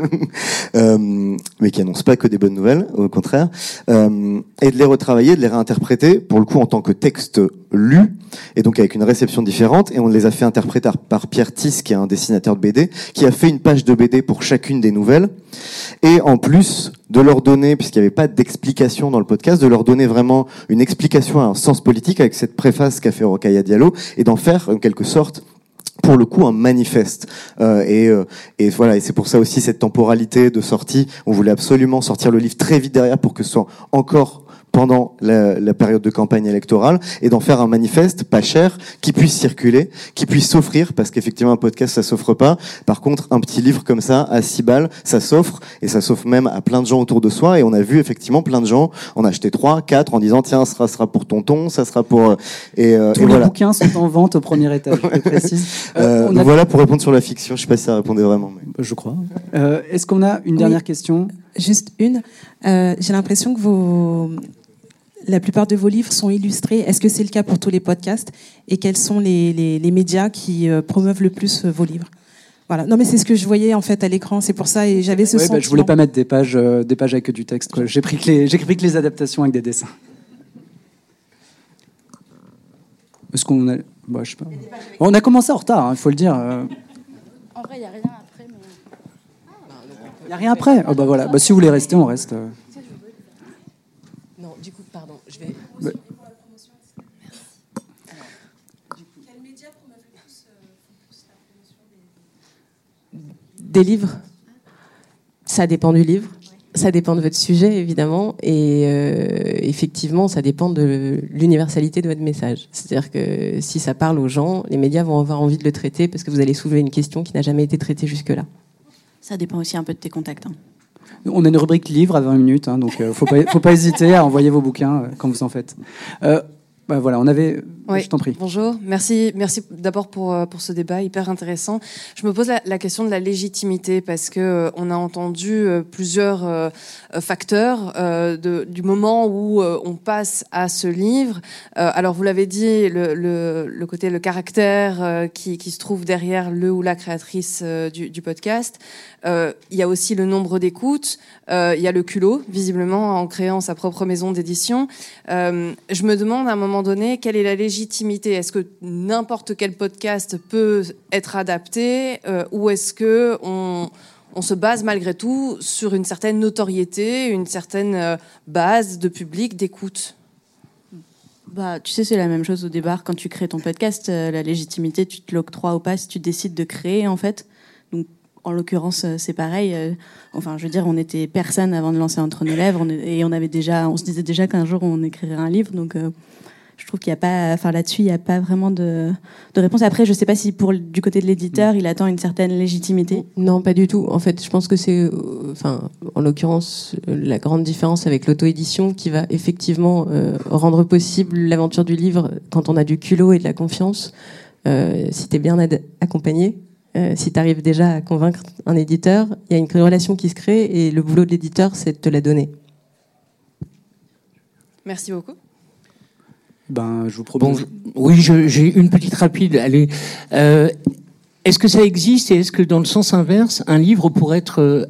mais qui annoncent pas que des bonnes nouvelles, au contraire, et de les retravailler, de les réinterpréter pour le coup en tant que texte lu et donc avec une réception différente. Et on les a fait interpréter par Pierre Tisse, qui est un dessinateur de BD, qui a fait une page de BD pour chacune des nouvelles, et en plus de leur donner, puisqu'il n'y avait pas d'explication dans le podcast, de leur donner vraiment une explication à un sens politique avec cette préface qu'a fait Rokhaya Diallo, et d'en faire en quelque sorte pour le coup un manifeste. Et voilà, et c'est pour ça aussi cette temporalité de sortie. On voulait absolument sortir le livre très vite derrière pour que ce soit encore pendant la période de campagne électorale, et d'en faire un manifeste pas cher, qui puisse circuler, qui puisse s'offrir, parce qu'effectivement un podcast ça s'offre pas. Par contre, un petit livre comme ça à 6 balles, ça s'offre, et ça s'offre même à plein de gens autour de soi. Et on a vu effectivement plein de gens en acheter 3, 4 en disant tiens, ça sera pour tonton, ça sera pour tous les voilà. bouquins sont en vente au premier étage, je précise. Donc voilà pour répondre sur la fiction. Je sais pas si ça répondait vraiment, mais... Je crois. Est-ce qu'on a une dernière question? Juste une. J'ai l'impression que la plupart de vos livres sont illustrés. Est-ce que c'est le cas pour tous les podcasts? Et quels sont les médias qui promeuvent le plus vos livres? Voilà. Non, mais c'est ce que je voyais en fait à l'écran. C'est pour ça, et j'avais ce sentiment. Je voulais pas mettre des pages avec que du texte, quoi. J'ai pris que les adaptations avec des dessins. Est-ce qu'on a... Bah, je sais pas. Bon, on a commencé en retard, il faut le dire. En vrai, il n'y a rien après. Il n'y a rien après. Oh, bah voilà. Bah, si vous voulez rester, on reste. Non, du coup, pardon, je vais. Bah. Des livres. Ça dépend du livre. Ça dépend de votre sujet, évidemment, et effectivement, ça dépend de l'universalité de votre message. C'est-à-dire que si ça parle aux gens, les médias vont avoir envie de le traiter parce que vous allez soulever une question qui n'a jamais été traitée jusque-là. Ça dépend aussi un peu de tes contacts. On a une rubrique livre à 20 minutes, donc faut pas hésiter à envoyer vos bouquins quand vous en faites. Bah voilà, on avait... Oui. Je t'en prie. Bonjour, merci d'abord pour ce débat hyper intéressant. Je me pose la question de la légitimité parce que on a entendu plusieurs facteurs du moment où on passe à ce livre. Alors vous l'avez dit, le côté, le caractère qui se trouve derrière le ou la créatrice du podcast. Il y a aussi le nombre d'écoutes. Il y a le culot, visiblement, en créant sa propre maison d'édition. Je me demande à un moment donné quelle est la légitimité. Est-ce que n'importe quel podcast peut être adapté ou est-ce que on se base malgré tout sur une certaine notoriété, une certaine base de public, d'écoute? Bah, tu sais, c'est la même chose au départ quand tu crées ton podcast. La légitimité, tu te l'octroies ou pas si tu décides de créer, en fait. Donc, en l'occurrence, c'est pareil. Enfin, je veux dire, on était personne avant de lancer Entre nos lèvres, et on se disait déjà qu'un jour on écrirait un livre. Donc, je trouve qu'il n'y a pas, enfin là-dessus, il n'y a pas vraiment de réponse. Après, je ne sais pas si du côté de l'éditeur, il attend une certaine légitimité. Non, pas du tout. En fait, je pense que c'est, en l'occurrence, la grande différence avec l'auto-édition qui va effectivement rendre possible l'aventure du livre quand on a du culot et de la confiance. Si tu es bien accompagné, si tu arrives déjà à convaincre un éditeur, il y a une relation qui se crée et le boulot de l'éditeur, c'est de te la donner. Merci beaucoup. Ben, je vous propose... Oui, j'ai une petite rapide. Allez, est-ce que ça existe et est-ce que dans le sens inverse, un livre pourrait être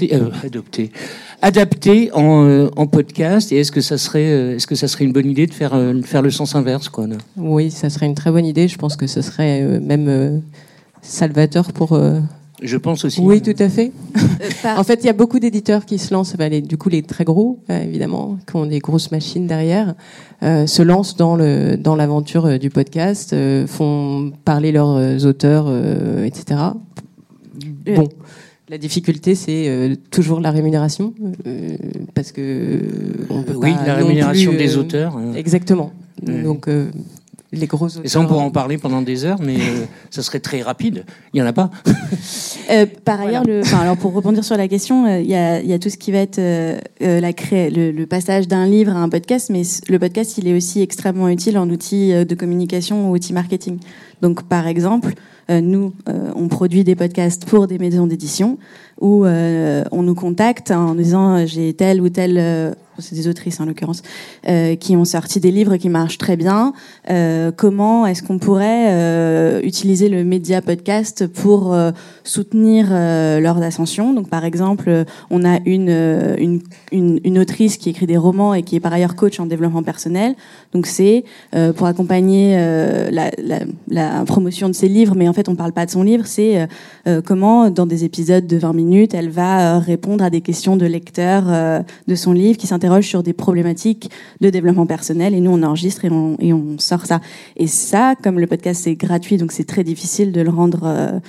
adapté en podcast, et est-ce que ça serait une bonne idée de faire le sens inverse, quoi, là ? Oui, ça serait une très bonne idée. Je pense que ce serait même salvateur pour... Je pense aussi. Oui, tout à fait. En fait, il y a beaucoup d'éditeurs qui se lancent, du coup les très gros, évidemment, qui ont des grosses machines derrière, se lancent dans l'aventure du podcast, font parler leurs auteurs, etc. Bon, la difficulté, c'est toujours la rémunération, parce que on peut oui, pas la rémunération des auteurs. Exactement. Donc les gros auteurs. Et ça, on pourrait en parler pendant des heures, mais ça serait très rapide. Il n'y en a pas. Par ailleurs, alors pour rebondir sur la question, il y a tout ce qui va être le passage d'un livre à un podcast, mais le podcast, il est aussi extrêmement utile en outil de communication ou outil marketing. Donc, par exemple, nous, on produit des podcasts pour des maisons d'édition où on nous contacte en nous disant j'ai telle ou telle... c'est des autrices en l'occurrence, qui ont sorti des livres qui marchent très bien. Comment est-ce qu'on pourrait utiliser le média podcast pour soutenir leur ascension? Donc par exemple, on a une autrice qui écrit des romans et qui est par ailleurs coach en développement personnel. Donc c'est pour accompagner la promotion de ses livres, mais en fait on parle pas de son livre, c'est comment dans des épisodes de 20 minutes, elle va répondre à des questions de lecteurs de son livre qui s'intéressent sur des problématiques de développement personnel, et nous on enregistre et on sort ça. Et ça, comme le podcast c'est gratuit, donc c'est très difficile de le rendre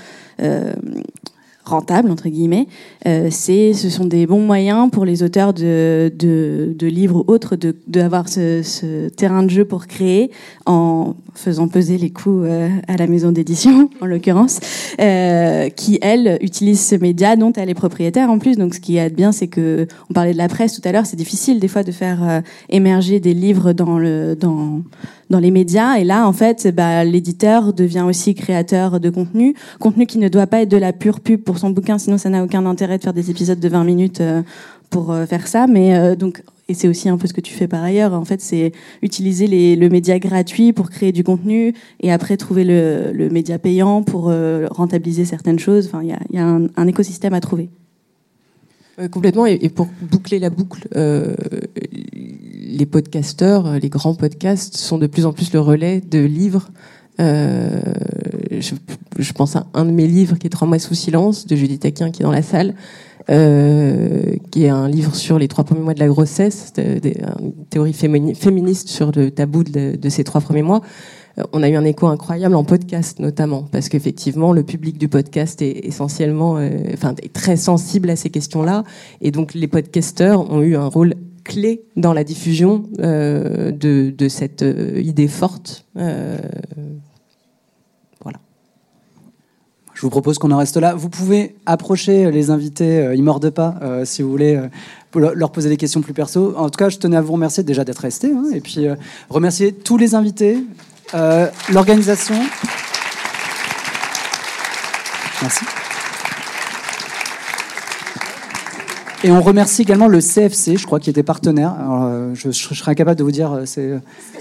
rentable entre guillemets. Ce sont des bons moyens pour les auteurs de livres ou autres d'avoir ce terrain de jeu pour créer en faisant peser les coûts à la maison d'édition en l'occurrence, qui elle utilise ce média dont elle est propriétaire en plus. Donc ce qui est bien, c'est que on parlait de la presse tout à l'heure, c'est difficile des fois de faire émerger des livres dans les médias, et là en fait l'éditeur devient aussi créateur de contenu qui ne doit pas être de la pure pub pour son bouquin, sinon ça n'a aucun intérêt de faire des épisodes de 20 minutes pour faire ça, mais donc, et c'est aussi un peu ce que tu fais par ailleurs, en fait c'est utiliser le média gratuit pour créer du contenu et après trouver le média payant pour rentabiliser certaines choses. Enfin il y a un écosystème à trouver. Complètement. Et pour boucler la boucle, les podcasteurs, les grands podcasts sont de plus en plus le relais de livres. Je pense à un de mes livres qui est 3 mois sous silence de Judith Aquin qui est dans la salle, qui est un livre sur les 3 premiers mois de la grossesse, une théorie féministe sur le tabou de ces 3 premiers mois. On a eu un écho incroyable en podcast notamment, parce qu'effectivement le public du podcast est essentiellement, est très sensible à ces questions-là, et donc les podcasteurs ont eu un rôle clé dans la diffusion de cette idée forte. Voilà. Je vous propose qu'on en reste là. Vous pouvez approcher les invités, ils mordent pas, si vous voulez, pour leur poser des questions plus perso. En tout cas, je tenais à vous remercier déjà d'être restés, et puis remercier tous les invités, l'organisation. Merci. Et on remercie également le CFC, je crois, qui était partenaire. Alors, je serais incapable de vous dire.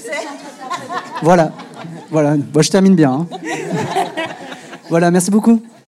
Voilà. Bon, je termine bien. Voilà, merci beaucoup.